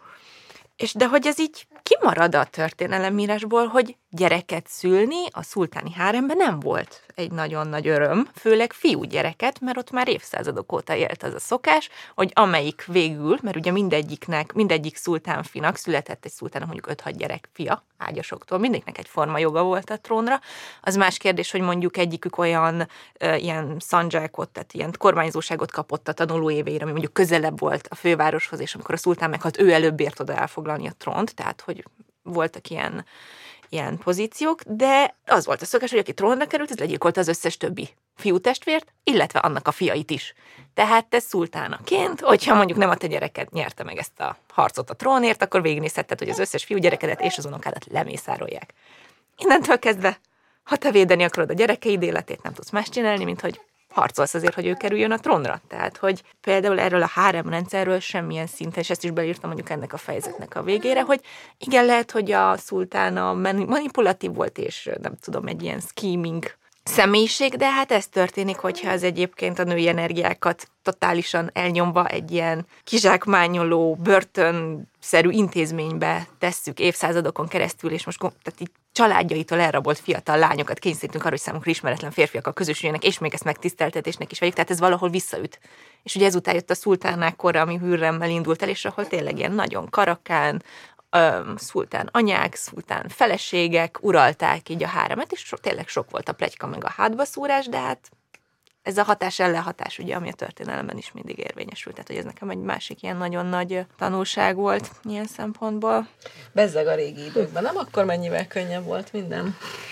És de hogy ez így kimarad a történelemírásból, hogy gyereket szülni a szultáni háremben nem volt egy nagyon nagy öröm, főleg fiúgyereket, mert ott már évszázadok óta élt az a szokás, hogy amelyik végül, mert ugye mindegyiknek, mindegyik szultánfinak született egy szultának mondjuk öt-hat gyerek fia, ágyasoktól, mindegyiknek egyforma joga volt a trónra. Az más kérdés, hogy mondjuk egyikük olyan e, ilyen szandzsákot, tehát ilyen kormányzóságot kapott a tanuló éveire, ami mondjuk közelebb volt a fővároshoz, és amikor a szultán meghalt, ő előbb ért oda elfoglalni a trónt, tehát hogy voltak ilyen ilyen pozíciók, de az volt a szokás, hogy aki trónra került, ez legyilkolta az összes többi fiútestvért, illetve annak a fiait is. Tehát te szultánaként, hogyha mondjuk nem a te gyereked nyerte meg ezt a harcot a trónért, akkor végignézhetted, hogy az összes fiúgyerekedet és az unokádat lemészárolják. Innentől kezdve, ha te védeni akarod a gyerekeid életét, nem tudsz más csinálni, mint hogy harcolsz azért, hogy ő kerüljön a trónra. Tehát, hogy például erről a háremrendszerről semmilyen szinten, és ezt is beírtam mondjuk ennek a fejezetnek a végére, hogy igen, lehet, hogy a szultána manipulatív volt, és nem tudom, egy ilyen scheming személyiség, de hát ez történik, hogyha az egyébként a női energiákat totálisan elnyomva egy ilyen kizsákmányoló, börtönszerű intézménybe tesszük évszázadokon keresztül, és most tehát így családjaitól elrabolt fiatal lányokat kényszerítünk arra, hogy számukra ismeretlen férfiakkal közösüljenek, és még ezt megtiszteltetésnek is vegyük, tehát ez valahol visszaüt. És ugye ezután jött a szultánák kora, ami Hürremmel indult el, és ahol tényleg ilyen nagyon karakán, öm, szultán anyák, szultán feleségek uralták így a háremet, és so, tényleg sok volt a pletyka meg a hátbaszúrás, de hát ez a hatás ellenhatás, ugye, ami a történelemben is mindig érvényesült. Tehát, hogy ez nekem egy másik ilyen nagyon nagy tanulság volt ilyen szempontból. Bezzeg a régi időkben, nem? Akkor mennyivel könnyebb volt minden?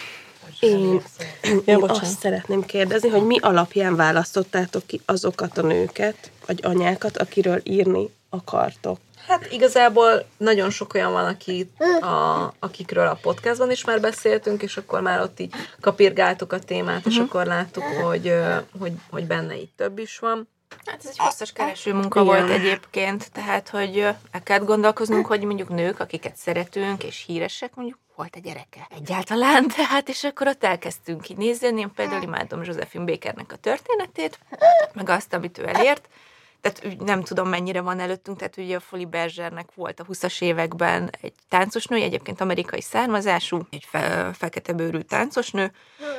Én, Ja, én bocsánat. azt szeretném kérdezni, hogy mi alapján választottátok ki azokat a nőket, vagy anyákat, akiről írni akartok? Hát igazából nagyon sok olyan van, aki a, akikről a podcastban is már beszéltünk, és akkor már ott így kapirgáltuk a témát, uh-huh. és akkor láttuk, hogy, hogy, hogy benne így több is van. Hát ez egy hosszas kereső munka Igen. volt egyébként, tehát, hogy el kellett gondolkoznunk, hogy mondjuk nők, akiket szeretünk, és híresek, mondjuk volt a gyereke egyáltalán, tehát, és akkor ott elkezdtünk így nézni. Én például imádom Josephine Bakernek a történetét, meg azt, amit ő elért. Tehát nem tudom, mennyire van előttünk, tehát ugye a Folly Bergernek volt a huszas években egy táncosnő, egyébként amerikai származású, egy fe, feketebőrű táncosnő,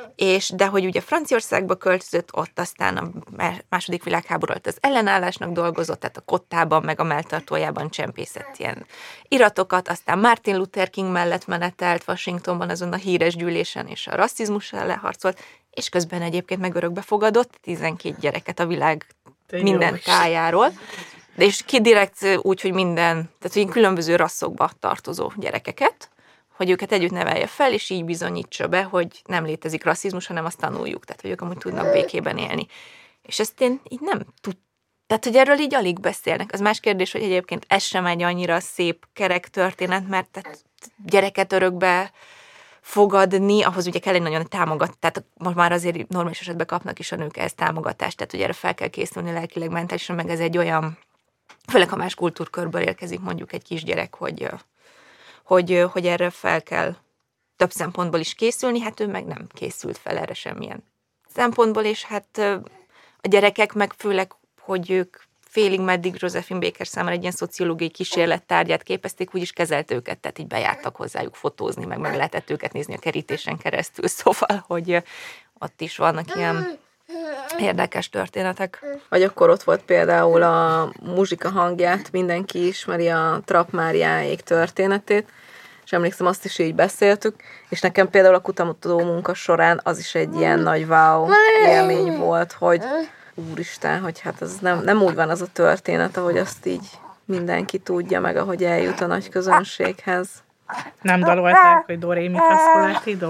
és de hogy ugye Franciaországba költözött, ott aztán a második világháború alatt az ellenállásnak dolgozott, tehát a kottában, meg a melltartójában csempészett ilyen iratokat, aztán Martin Luther King mellett menetelt Washingtonban azon a híres gyűlésen, és a rasszizmus ellen harcolt, és közben egyébként meg örökbe fogadott tizenkét gyereket a világ minden tájáról, de és ki direkt úgy, hogy minden, tehát hogy különböző rasszokba tartozó gyerekeket, hogy őket együtt nevelje fel, és így bizonyítsa be, hogy nem létezik rasszizmus, hanem azt tanuljuk, tehát hogy ők amúgy tudnak békében élni. És ezt én így nem tud, tehát hogy erről így alig beszélnek. Az más kérdés, hogy egyébként ez sem egy annyira szép kerek történet, mert tehát gyereket örökbe fogadni, ahhoz ugye kell egy nagyon támogat, tehát most már azért normális esetben kapnak is a nők ezt támogatást, tehát ugye erre fel kell készülni lelkileg, mentálisan, meg ez egy olyan, főleg ha más kultúrkörből érkezik mondjuk egy kisgyerek, hogy, hogy, hogy erre fel kell több szempontból is készülni, hát ő meg nem készült fel erre semmilyen szempontból, és hát a gyerekek meg főleg, hogy ők félig meddig Josephine Baker számára egy ilyen szociológiai kísérlettárgyát képezték, úgyis kezelt őket, tehát így bejártak hozzájuk fotózni, meg meg lehetett őket nézni a kerítésen keresztül, szóval, hogy ott is vannak ilyen érdekes történetek. Vagy akkor ott volt például a muzsika hangját, mindenki ismeri a Trapp Máriáék történetét, és emlékszem, azt is így beszéltük, és nekem például a kutató munka során az is egy ilyen nagy wow élmény volt, hogy úristen, hogy hát az nem, nem úgy van az a történet, ahogy azt így mindenki tudja meg, ahogy eljut a nagy közönséghez. Nem dalolták, hogy do, ré, mi, fa, do?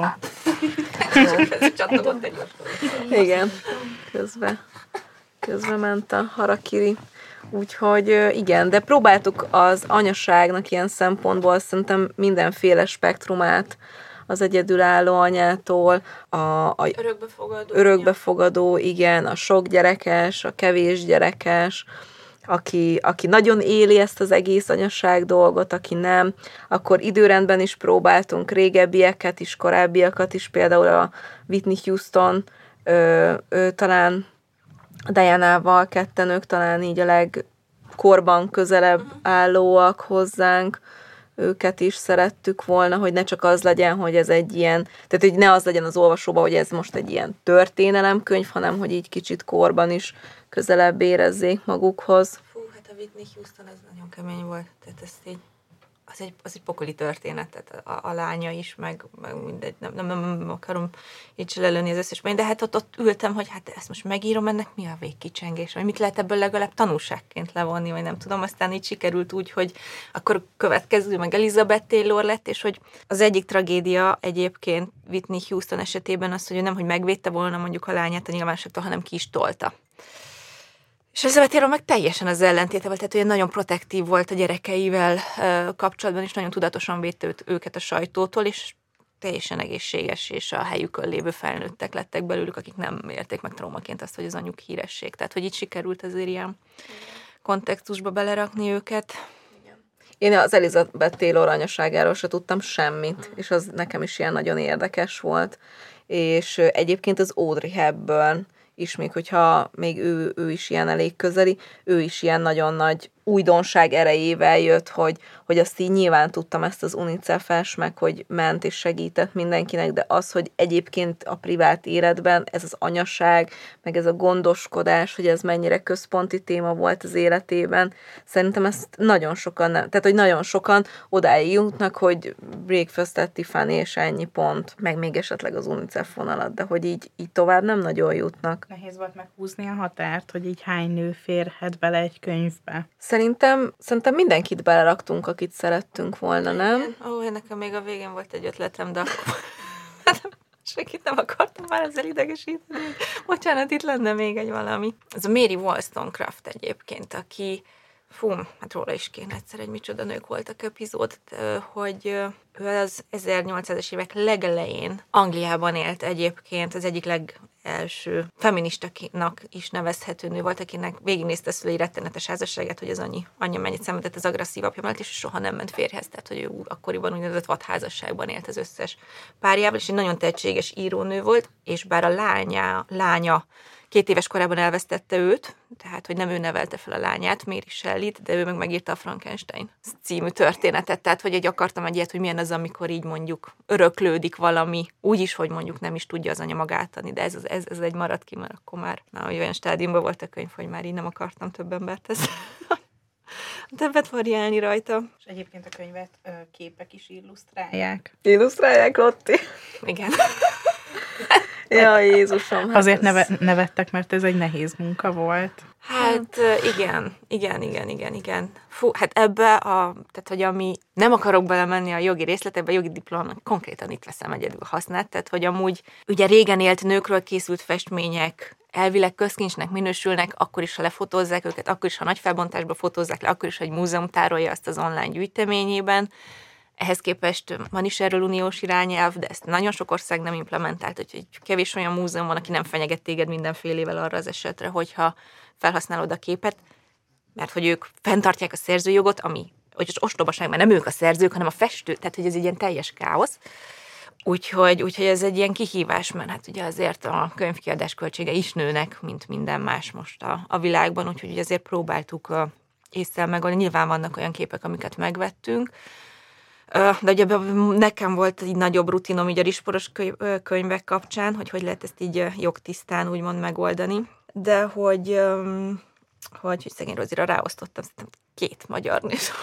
Igen, közben, közben ment a harakiri. Úgyhogy igen, de próbáltuk az anyaságnak ilyen szempontból szerintem mindenféle spektrumát, az egyedülálló anyától, a, a örökbefogadó, örökbefogadó, igen, a sok gyerekes, a kevés gyerekes, aki, aki nagyon éli ezt az egész anyaság dolgot, aki nem, akkor időrendben is próbáltunk régebbieket is, korábbiakat is, például a Whitney Houston, ő, ő talán Dianával ketten ők talán így a legkorban közelebb állóak hozzánk, őket is szerettük volna, hogy ne csak az legyen, hogy ez egy ilyen, tehát hogy ne az legyen az olvasóban, hogy ez most egy ilyen történelemkönyv, hanem hogy így kicsit korban is közelebb érezzék magukhoz. Fú, hát a Whitney Houston ez nagyon kemény volt, tehát ezt így, az egy, az egy pokoli történet, tehát a, a lánya is, meg, meg mindegy, nem, nem, nem, nem akarom így lelőni az összes de hát ott, ott ültem, hogy hát ezt most megírom, ennek mi a végkicsengés, vagy mit lehet ebből legalább tanulságként levonni, vagy nem tudom, aztán így sikerült úgy, hogy akkor következő, meg Elizabeth Taylor lett, és hogy az egyik tragédia egyébként Whitney Houston esetében az, hogy ő nem, hogy megvédte volna mondjuk a lányát a nyilvánosságtól, hanem ki is tolta. És Elizabeth Taylor meg teljesen az ellentéte volt, tehát olyan nagyon protektív volt a gyerekeivel kapcsolatban, és nagyon tudatosan védte őket a sajtótól, és teljesen egészséges, és a helyükön lévő felnőttek lettek belőlük, akik nem élték meg traumaként azt, hogy az anyjuk híresség. Tehát, hogy így sikerült azért ilyen kontextusba belerakni őket. Én az Elizabeth Taylor anyaságáról se tudtam semmit, és az nekem is ilyen nagyon érdekes volt. És egyébként az Audrey Hepburn is, még hogyha még ő, ő is ilyen elég közeli, ő is ilyen nagyon nagy újdonság erejével jött, hogy, hogy azt így nyilván tudtam ezt az UNICEF-es, meg hogy ment és segített mindenkinek, de az, hogy egyébként a privát életben ez az anyaság, meg ez a gondoskodás, hogy ez mennyire központi téma volt az életében, szerintem ezt nagyon sokan nem, tehát hogy nagyon sokan odáig jutnak, hogy Breakfast at Tiffany és ennyi pont, meg még esetleg az UNICEF vonalat, de hogy így, így tovább nem nagyon jutnak. Nehéz volt meghúzni a határt, hogy így hány nő férhet bele egy könyvbe. Szerintem, szerintem mindenkit beleraktunk, akit szerettünk volna, nem? Ó, oh, nekem még a végén volt egy ötletem, de akkor senkit nem akartam már ezzel idegesíteni. Bocsánat, itt lenne még egy valami. Ez a Mary Wollstonecraft egyébként, aki, fú, hát róla is kéne egyszer, egy micsoda nők voltak epizód, hogy ő az ezernyolcszázas évek legelején Angliában élt egyébként, az egyik legelső feministanak is nevezhető nő volt, akinek végignézte szülei rettenetes házasságát, hogy az annyi, anyja mennyit szenvedett az agresszív apja mellett, és soha nem ment férjhez, tehát hogy ő akkoriban úgynevezett vadházasságban élt az összes párjával, és egy nagyon tehetséges írónő volt, és bár a lánya, lánya két éves korában elvesztette őt, tehát, hogy nem ő nevelte fel a lányát, Mary Shelley-t, de ő meg megírta a Frankenstein című történetet, tehát, hogy egy akartam egy ilyet, hogy milyen az, amikor így mondjuk öröklődik valami, úgy is, hogy mondjuk nem is tudja az anya magát adni, de ez, ez, ez egy maradt ki, mert akkor már, na, hogy olyan stádiumban volt a könyv, hogy már így nem akartam több embert ezt többet variálni rajta. És egyébként a könyvet ö, képek is illusztrálják. Illusztrálják, Lotti? Igen. Ja, Jézusom. Hát Azért ez... neve, nevettek, mert ez egy nehéz munka volt. Hát igen, igen, igen, igen, igen. Fú, hát ebbe a, tehát hogy ami, nem akarok belemenni a jogi részletekbe, a jogi diplomának konkrétan itt veszem egyedül használt, tehát hogy amúgy ugye régen élt nőkről készült festmények elvileg közkincsnek minősülnek, akkor is, ha lefotózzák őket, akkor is, ha nagy felbontásba fotózzák le, akkor is, ha egy múzeum tárolja azt az online gyűjteményében. Ehhez képest van is erről uniós irányelv, de ezt nagyon sok ország nem implementált, úgyhogy kevés olyan múzeum van, aki nem fenyeget téged mindenfélével arra az esetre, hogyha felhasználod a képet, mert hogy ők fenntartják a szerzőjogot, ami, hogy az ostobaság, mert nem ők a szerzők, hanem a festő, tehát hogy ez egy ilyen teljes káosz. Úgyhogy, úgyhogy ez egy ilyen kihívás, mert hát ugye azért a könyvkiadás költsége is nőnek, mint minden más most a, a világban, úgyhogy ezért próbáltuk uh, észre megoldani. Nyilván vannak olyan képek, amiket megvettünk, uh, de ugye nekem volt egy nagyobb rutinom így a risporos könyvek kapcsán, hogy hogy lehet ezt így uh, jogtisztán úgymond megoldani, de hogy, um, hogy, hogy szegény Rozira ráosztottam két magyar nőt.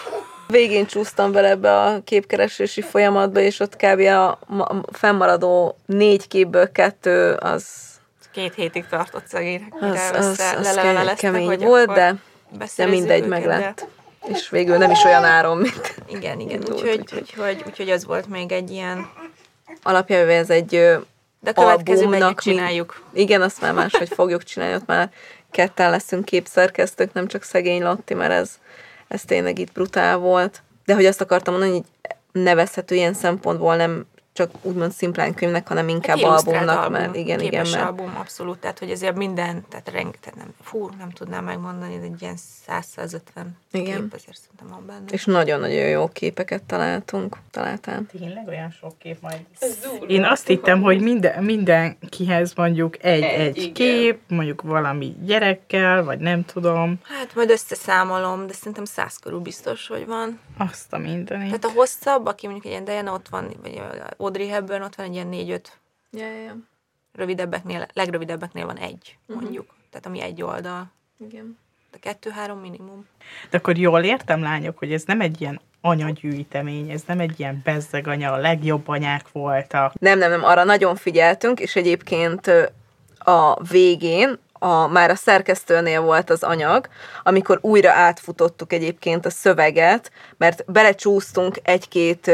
Végén csúsztam vele ebbe a képkeresési folyamatba, és ott kb. A fennmaradó négy képből kettő az... Két hétig tartott szegénynek, az, az, az ke- kemény volt, de, de mindegy, meg lett. De... És végül nem is olyan áron, mint... Igen, igen, úgyhogy úgy, úgy, úgy, úgy, az volt még egy ilyen... Alapjából ez egy de a következőben együtt csináljuk. Mi, igen, azt már máshogy fogjuk csinálni, ott már ketten leszünk képszerkesztők, nem csak szegény Lotti, mert ez, ez tényleg itt brutál volt. De hogy azt akartam mondani, hogy nevezhető ilyen szempontból nem csak úgymond szimplán könyvnek, hanem inkább hát albumnak, album, mert igen, igen, mert... album, abszolút, tehát hogy ezért minden, tehát rengeteg, nem, fú, nem tudnám megmondani, de egy ilyen száz-százötven kép azért szerintem van benne. És nagyon-nagyon jó képeket találtunk, találtál. Tényleg olyan sok kép majd. Én azt hittem, hogy minden, mindenkihez mondjuk egy-egy egy kép, mondjuk valami gyerekkel, vagy nem tudom. Hát majd összeszámolom, de szerintem száz körül biztos, hogy van. Azt a mindenit. Tehát a hosszabb, aki mondjuk egy ilyen Diana ott van, vagy Audrey Hepburn ott van egy ilyen négy-öt. Ja, ja, ja. Rövidebbeknél, legrövidebbeknél van egy, uh-huh. mondjuk. Tehát ami egy oldal. Igen. De kettő-három minimum. De akkor jól értem, lányok, hogy ez nem egy ilyen anyagyűjtemény, ez nem egy ilyen bezzeg anya, a legjobb anyák voltak. Nem, nem, nem, arra nagyon figyeltünk, és egyébként a végén a, már a szerkesztőnél volt az anyag, amikor újra átfutottuk egyébként a szöveget, mert belecsúsztunk egy-két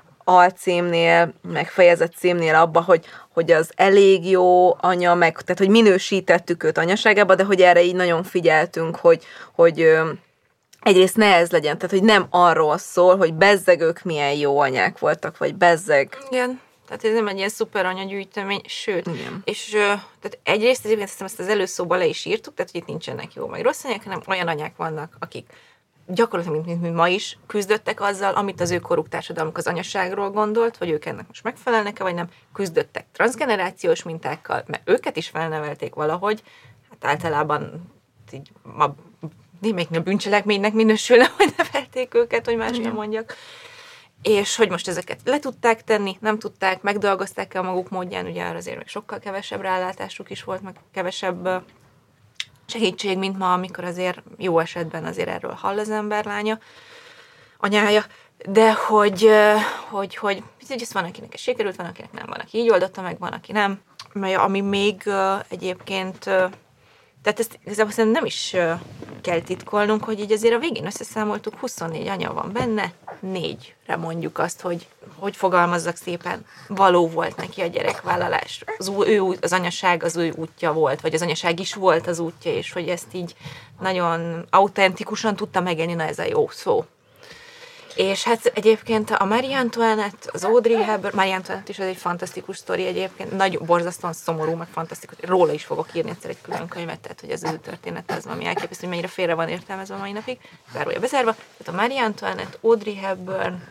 alcímnél, meg fejezett címnél abba, hogy, hogy az elég jó anya, meg, tehát hogy minősítettük őt anyaságába, de hogy erre így nagyon figyeltünk, hogy, hogy ö, egyrészt ne ez legyen, tehát hogy nem arról szól, hogy bezzeg ők milyen jó anyák voltak, vagy bezzeg. Igen, tehát ez nem egy ilyen szuper anyagyűjtemény, sőt, igen. És ö, tehát egyrészt egyébként ezt az előszóban le is írtuk, tehát hogy itt nincsenek jó meg rossz anyák, hanem olyan anyák vannak, akik gyakorlatilag, mint, mint, mint ma is, küzdöttek azzal, amit az ő koruk társadalmuk az anyaságról gondolt, hogy ők ennek most megfelelnek-e, vagy nem. Küzdöttek transzgenerációs mintákkal, mert őket is felnevelték valahogy. Hát általában így ma némelyiknél bűncselekménynek minősülne, hogy nevelték őket, hogy más nem mondjak. És hogy most ezeket le tudták tenni, nem tudták, megdolgozták el maguk módján, ugye azért még sokkal kevesebb rálátásuk is volt, meg kevesebb segítség, mint ma, amikor azért jó esetben azért erről hall az ember lánya, anyája, de hogy, hogy, hogy, hogy ez van, akinek ez sikerült, van, akinek nem, van, aki így oldotta meg, van, aki nem, mert ami még egyébként, tehát ezt igazából nem is kell titkolnunk, hogy így azért a végén összeszámoltuk, huszonnégy anya van benne, négyre mondjuk azt, hogy hogy fogalmazzak szépen, való volt neki a gyerekvállalás. Az, ő, az anyaság az ő útja volt, vagy az anyaság is volt az útja, és hogy ezt így nagyon autentikusan tudta megélni, na ez a jó szó. És hát egyébként a Marie Antoinette, az Audrey Hepburn, Marie Antoinette is az egy fantasztikus sztori egyébként, nagyon borzasztóan szomorú, meg fantasztikus, róla is fogok írni egyszer egy külön könyvet, tehát hogy ez az ő története, ez valami elképesztő, hogy mennyire félre van értelmezve a mai napig, zárója bezárva. Tehát a Marie Antoinette, Audrey Hepburn,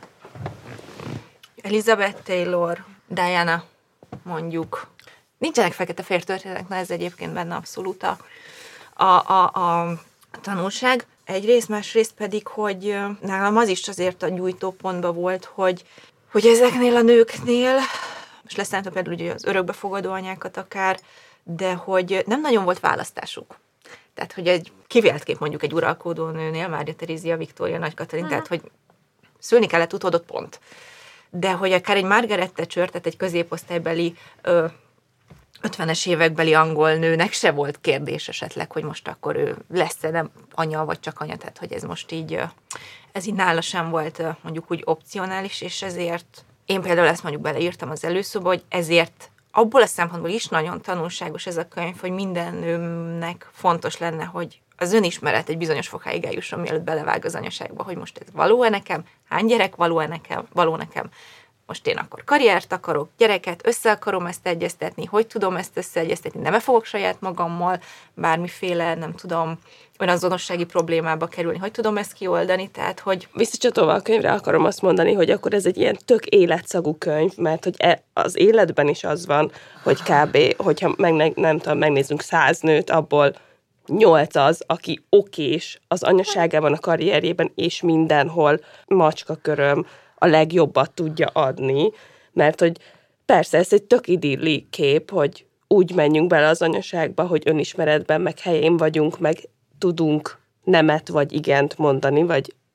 Elizabeth Taylor, Diana, mondjuk. Nincsenek fekete-fehér történetek, na ez egyébként benne abszolút a, a, a, a tanulság. Egyrészt, másrészt pedig, hogy nálam az is azért a gyújtópontban volt, hogy, hogy ezeknél a nőknél, most leszámítva például ugye az örökbefogadó anyákat akár, de hogy nem nagyon volt választásuk. Tehát, hogy egy kivélt kép mondjuk egy uralkodó nőnél, Mária Terézia, Viktória, Nagy Katalin, uh-huh. Tehát, hogy szülni kellett utódot pont. De hogy akár egy Margaret Thatcher, tehát egy középosztálybeli ö, ötvenes évekbeli angol nőnek se volt kérdés esetleg, hogy most akkor ő lesz-e nem anya, vagy csak anya, tehát hogy ez most így, ez így nála sem volt mondjuk úgy opcionális, és ezért én például ezt mondjuk beleírtam az előszóba, hogy ezért abból a szempontból is nagyon tanulságos ez a könyv, hogy minden nőnek fontos lenne, hogy az önismeret egy bizonyos fokáig eljusson, mielőtt belevág az anyaságba, hogy most ez való-e nekem, hány gyerek való-e nekem, való nekem, most én akkor karriert akarok, gyereket, össze akarom ezt egyeztetni, hogy tudom ezt összeegyeztetni, nem fogok saját magammal bármiféle, nem tudom, olyan azonossági problémába kerülni, hogy tudom ezt kioldani, tehát hogy... Visszacsatolva a könyvre akarom azt mondani, hogy akkor ez egy ilyen tök életszagú könyv, mert hogy az életben is az van, hogy kb. Hogyha meg, nem tudom, megnézzünk száz nőt, abból nyolc az, aki okés az anyaságában, a karrierjében és mindenhol macskaköröm a legjobbat tudja adni, mert hogy persze ez egy tök idilli kép, hogy úgy menjünk bele az anyaságba, hogy önismeretben meg helyén vagyunk, meg tudunk nemet vagy igent mondani, vagy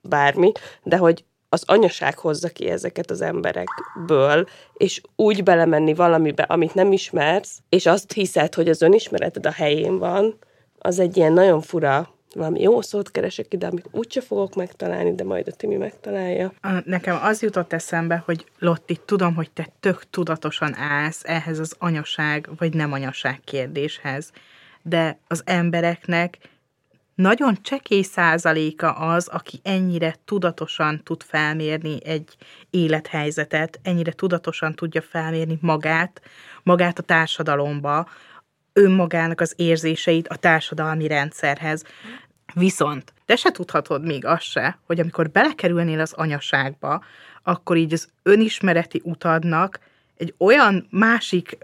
bármi, de hogy az anyaság hozza ki ezeket az emberekből, és úgy belemenni valamibe, amit nem ismersz, és azt hiszed, hogy az önismereted a helyén van, az egy ilyen nagyon fura, valami jó szót keresek ide, amit úgyse fogok megtalálni, de majd a Timi megtalálja. Nekem az jutott eszembe, hogy Lotti, tudom, hogy te tök tudatosan állsz ehhez az anyaság vagy nem anyaság kérdéshez, de az embereknek nagyon csekély százaléka az, aki ennyire tudatosan tud felmérni egy élethelyzetet, ennyire tudatosan tudja felmérni magát, magát a társadalomba, önmagának az érzéseit a társadalmi rendszerhez. Viszont te se tudhatod még azt se, hogy amikor belekerülnél az anyaságba, akkor így az önismereti utadnak egy olyan másik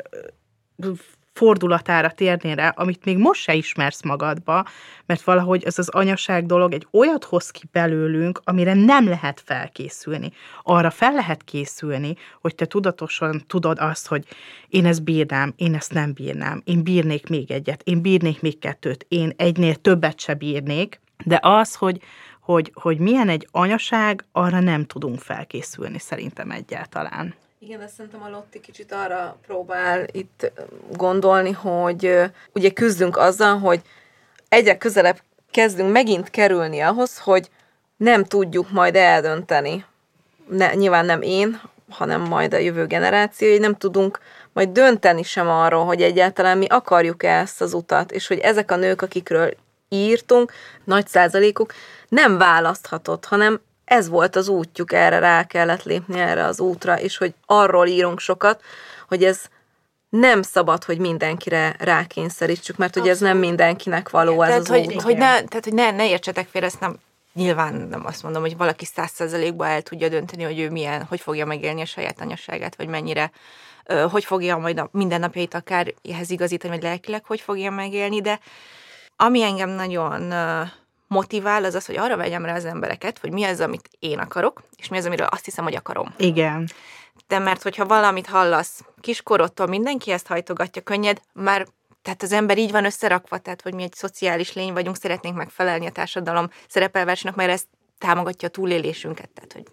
fordulatára térnél rá, amit még most se ismersz magadba, mert valahogy ez az anyaság dolog egy olyat hoz ki belőlünk, amire nem lehet felkészülni. Arra fel lehet készülni, hogy te tudatosan tudod azt, hogy én ezt bírnám, én ezt nem bírnám, én bírnék még egyet, én bírnék még kettőt, én egynél többet se bírnék, de az, hogy, hogy, hogy milyen egy anyaság, arra nem tudunk felkészülni szerintem egyáltalán. Igen, ezt szerintem a Lotti kicsit arra próbál itt gondolni, hogy ugye küzdünk azzal, hogy egyre közelebb kezdünk megint kerülni ahhoz, hogy nem tudjuk majd eldönteni. Ne, nyilván nem én, hanem majd a jövő generáció, hogy nem tudunk majd dönteni sem arról, hogy egyáltalán mi akarjuk-e ezt az utat, és hogy ezek a nők, akikről írtunk, nagy százalékuk nem választhatott, hanem ez volt az útjuk, erre rá kellett lépni erre az útra, és hogy arról írunk sokat, hogy ez nem szabad, hogy mindenkire rákényszerítsük, mert hogy ez nem mindenkinek való. Igen, ez tehát, az hogy, út. Hogy ne, tehát, hogy ne, ne értsetek félre, ezt nem, nyilván nem azt mondom, hogy valaki száz százalékban el tudja dönteni, hogy ő milyen, hogy fogja megélni a saját anyasságát, vagy mennyire, hogy fogja majd a mindennapjait akár ehhez igazítani, vagy lelkileg hogy fogja megélni, de ami engem nagyon motivál, az az, hogy arra vegyem rá az embereket, hogy mi az, amit én akarok, és mi az, amiről azt hiszem, hogy akarom. Igen. De mert hogyha valamit hallasz kiskorodtól, mindenki ezt hajtogatja könnyed, már tehát az ember így van összerakva, tehát hogy mi egy szociális lény vagyunk, szeretnénk megfelelni a társadalom szerepelvásnak, mert ez támogatja a túlélésünket, tehát hogy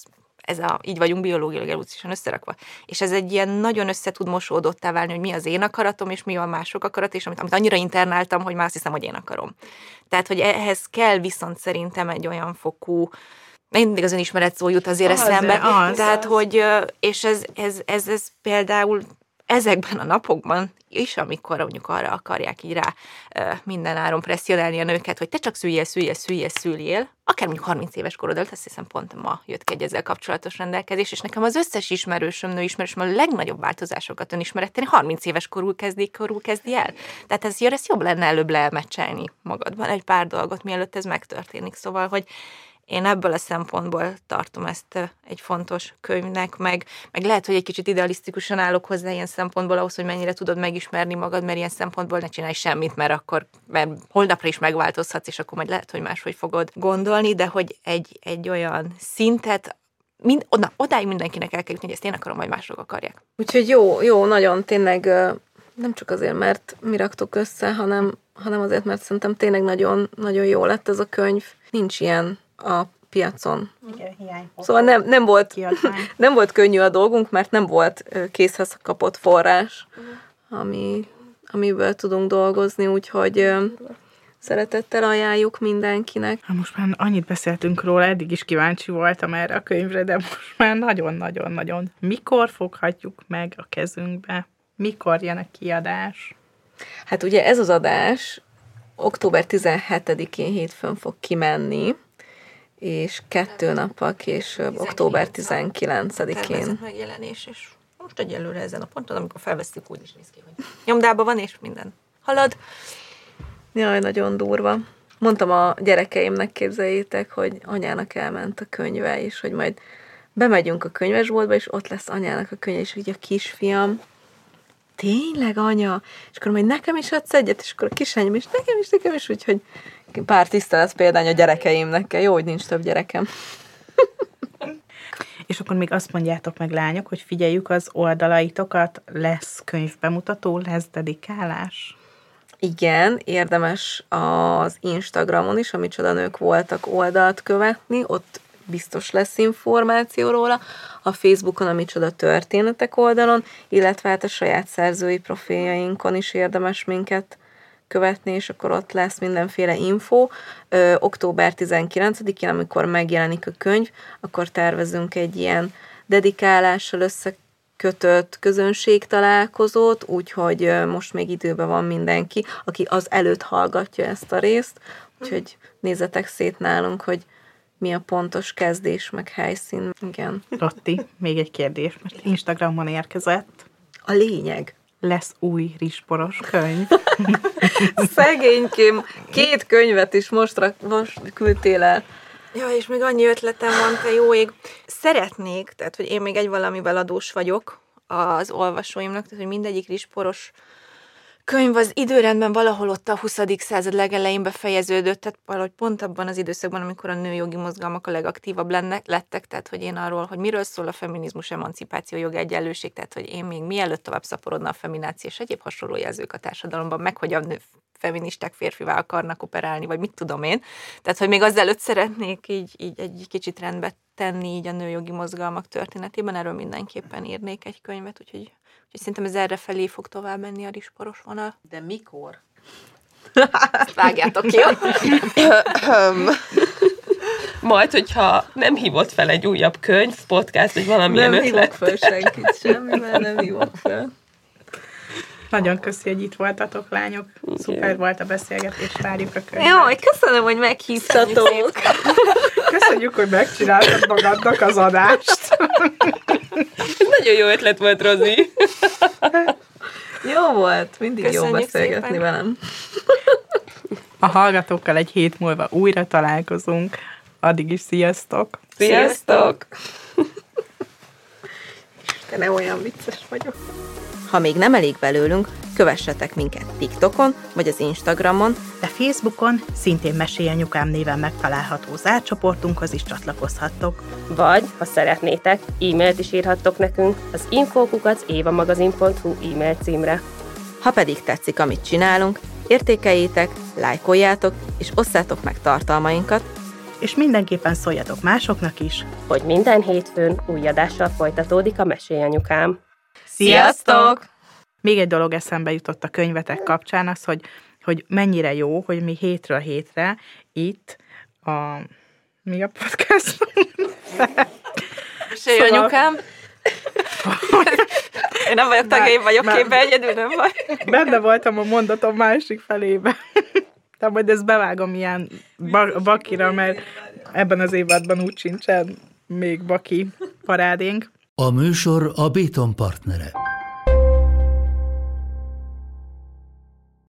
ez a, így vagyunk biológiailag evolúciósan összerakva. És ez egy ilyen nagyon össze tud mosódottá válni, hogy mi az én akaratom, és mi a mások akarat, és amit, amit annyira internáltam, hogy már azt hiszem, hogy én akarom. Tehát, hogy ehhez kell viszont szerintem egy olyan fokú, mindig az önismeret szó jut azért az eszembe. Az, Tehát, az. hogy, és ez, ez, ez, ez például ezekben a napokban is, amikor mondjuk arra akarják így rá minden áron presszionálni a nőket, hogy te csak szüljél, szüljél, szüljél, szüljél, akár mondjuk harminc éves korod előtt, azt hiszem pont ma jött ki egy ezzel kapcsolatos rendelkezés, és nekem az összes ismerősöm, nő ismerősöm a legnagyobb változásokat önismeretteni harminc éves korul kezdi, korul kezdi el. Tehát ez, ez jobb lenne előbb leelmecselni magadban egy pár dolgot, mielőtt ez megtörténik. Szóval, hogy én ebből a szempontból tartom ezt egy fontos könyvnek, meg, meg lehet, hogy egy kicsit idealisztikusan állok hozzá ilyen szempontból ahhoz, hogy mennyire tudod megismerni magad, mert ilyen szempontból ne csinálj semmit, mert akkor mert holnapra is megváltozhatsz, és akkor majd lehet, hogy máshogy fogod gondolni, de hogy egy, egy olyan szintet, mind, oda, odáig mindenkinek el kell jutni, hogy ezt én akarom, vagy mások akarják. Úgyhogy jó, jó, nagyon tényleg nem csak azért, mert mi raktuk össze, hanem, hanem azért, mert szerintem tényleg nagyon, nagyon jó lett ez a könyv. Nincs ilyen a piacon. Igen, hiánypótló. Szóval nem, nem, volt, nem volt könnyű a dolgunk, mert nem volt készhez kapott forrás, ami, amiből tudunk dolgozni, úgyhogy szeretettel ajánljuk mindenkinek. Ha most már annyit beszéltünk róla, eddig is kíváncsi voltam erre a könyvre, de most már nagyon-nagyon-nagyon. Mikor foghatjuk meg a kezünkbe? Mikor jön a kiadás? Hát ugye ez az adás október tizenhetedikén hétfőn fog kimenni, és kettő nappal később, október tizenkilencedikén. Tervezett megjelenés, és most egyelőre ezen a ponton, amikor felvesztük, úgy is néz ki, hogy nyomdában van, és minden halad. Jaj, nagyon durva. Mondtam a gyerekeimnek, képzeljétek, hogy anyának elment a könyve, és hogy majd bemegyünk a könyvesboltba, és ott lesz anyának a könyve, és ugye a kisfiam, tényleg anya? És akkor majd nekem is adsz egyet, és akkor a kisenyém is, nekem is, nekem is, úgyhogy pár tisztelet példány a gyerekeimnek. Jó, hogy nincs több gyerekem. És akkor még azt mondjátok meg, lányok, hogy figyeljük az oldalaitokat, lesz könyvbemutató, lesz dedikálás? Igen, érdemes az Instagramon is, a Micsoda Nők Voltak oldalt követni, ott biztos lesz információ róla, a Facebookon a Micsoda Történetek oldalon, illetve hát a saját szerzői profiljainkon is érdemes minket követni, és akkor ott lesz mindenféle info. Ö, október tizenkilencedikén, amikor megjelenik a könyv, akkor tervezünk egy ilyen dedikálással összekötött közönségtalálkozót, úgyhogy most még időben van mindenki, aki az előtt hallgatja ezt a részt, úgyhogy nézzetek szét nálunk, hogy mi a pontos kezdés, meg helyszín. Igen. Rotti, még egy kérdés, mert Instagramon érkezett. A lényeg. Lesz új rizsporos könyv. Szegénykém, két könyvet is most, rak, most küldtél el. Ja, és még annyi ötletem van, te jó ég. Szeretnék, tehát, hogy én még egy valamivel adós vagyok az olvasóimnak, tehát, hogy mindegyik rizsporos könyv az időrendben valahol ott a huszadik század legelején befejeződött, tehát valahogy pont abban az időszakban, amikor a nőjogi mozgalmak a legaktívabb lennek, lettek, tehát hogy én arról, hogy miről szól a feminizmus, emancipáció, jogegyenlőség, tehát hogy én még mielőtt tovább szaporodna a femináció és egyéb hasonló jelzők a társadalomban, meg hogy a nő feministák férfivá akarnak operálni, vagy mit tudom én. Tehát, hogy még azelőtt szeretnék így, így egy kicsit rendbe tenni így a nőjogi mozgalmak történetében, erről mindenképpen írnék egy könyvet, úgyhogy, úgyhogy szerintem ez erre felé fog tovább menni a rizsporos vonal. De mikor? Ezt vágjátok ki. Majd, hogyha nem hívott fel egy újabb könyv, podcast, vagy valamilyen nem ötlet. hívok fel senkit semmivel, nem hívok fel. Nagyon köszi, hogy itt voltatok, lányok. Szuper volt a beszélgetés, várjuk a könyvet. Jaj, köszönöm, hogy meghívtatok. Köszönjük, hogy megcsináltad magadnak az adást. Ez nagyon jó ötlet volt, Rozi. Jó volt, mindig Köszönjük jó beszélgetni szépen. velem. A hallgatókkal egy hét múlva újra találkozunk. Addig is sziasztok! Sziasztok! Te ne olyan vicces vagyok. Ha még nem elég belőlünk, kövessetek minket TikTokon, vagy az Instagramon, De Facebookon szintén Mesélj Anyukám néven megtalálható zárt csoportunkhoz is csatlakozhattok. Vagy, ha szeretnétek, e-mailt is írhattok nekünk az infókukac évamagazin pont hu e-mail címre. ha pedig tetszik, amit csinálunk, értékeljétek, lájkoljátok, és osszátok meg tartalmainkat, És mindenképpen szóljatok másoknak is. Hogy minden hétfőn új adással folytatódik a Mesélj Anyukám. Sziasztok! Még egy dolog eszembe jutott a könyvetek kapcsán, az, hogy, hogy mennyire jó, hogy mi hétről hétre itt a... Mi a podcast? Mesélj, Szóval- anyukám! Én nem vagyok tagja, én vagyok Már- képbe egyedül, nem vagy? Benne voltam a mondatom másik felébe. De majd ezt bevágom ilyen ba- bakira, mert ebben az évadban úgy sincsen még baki parádénk. A műsor a Béton partnere.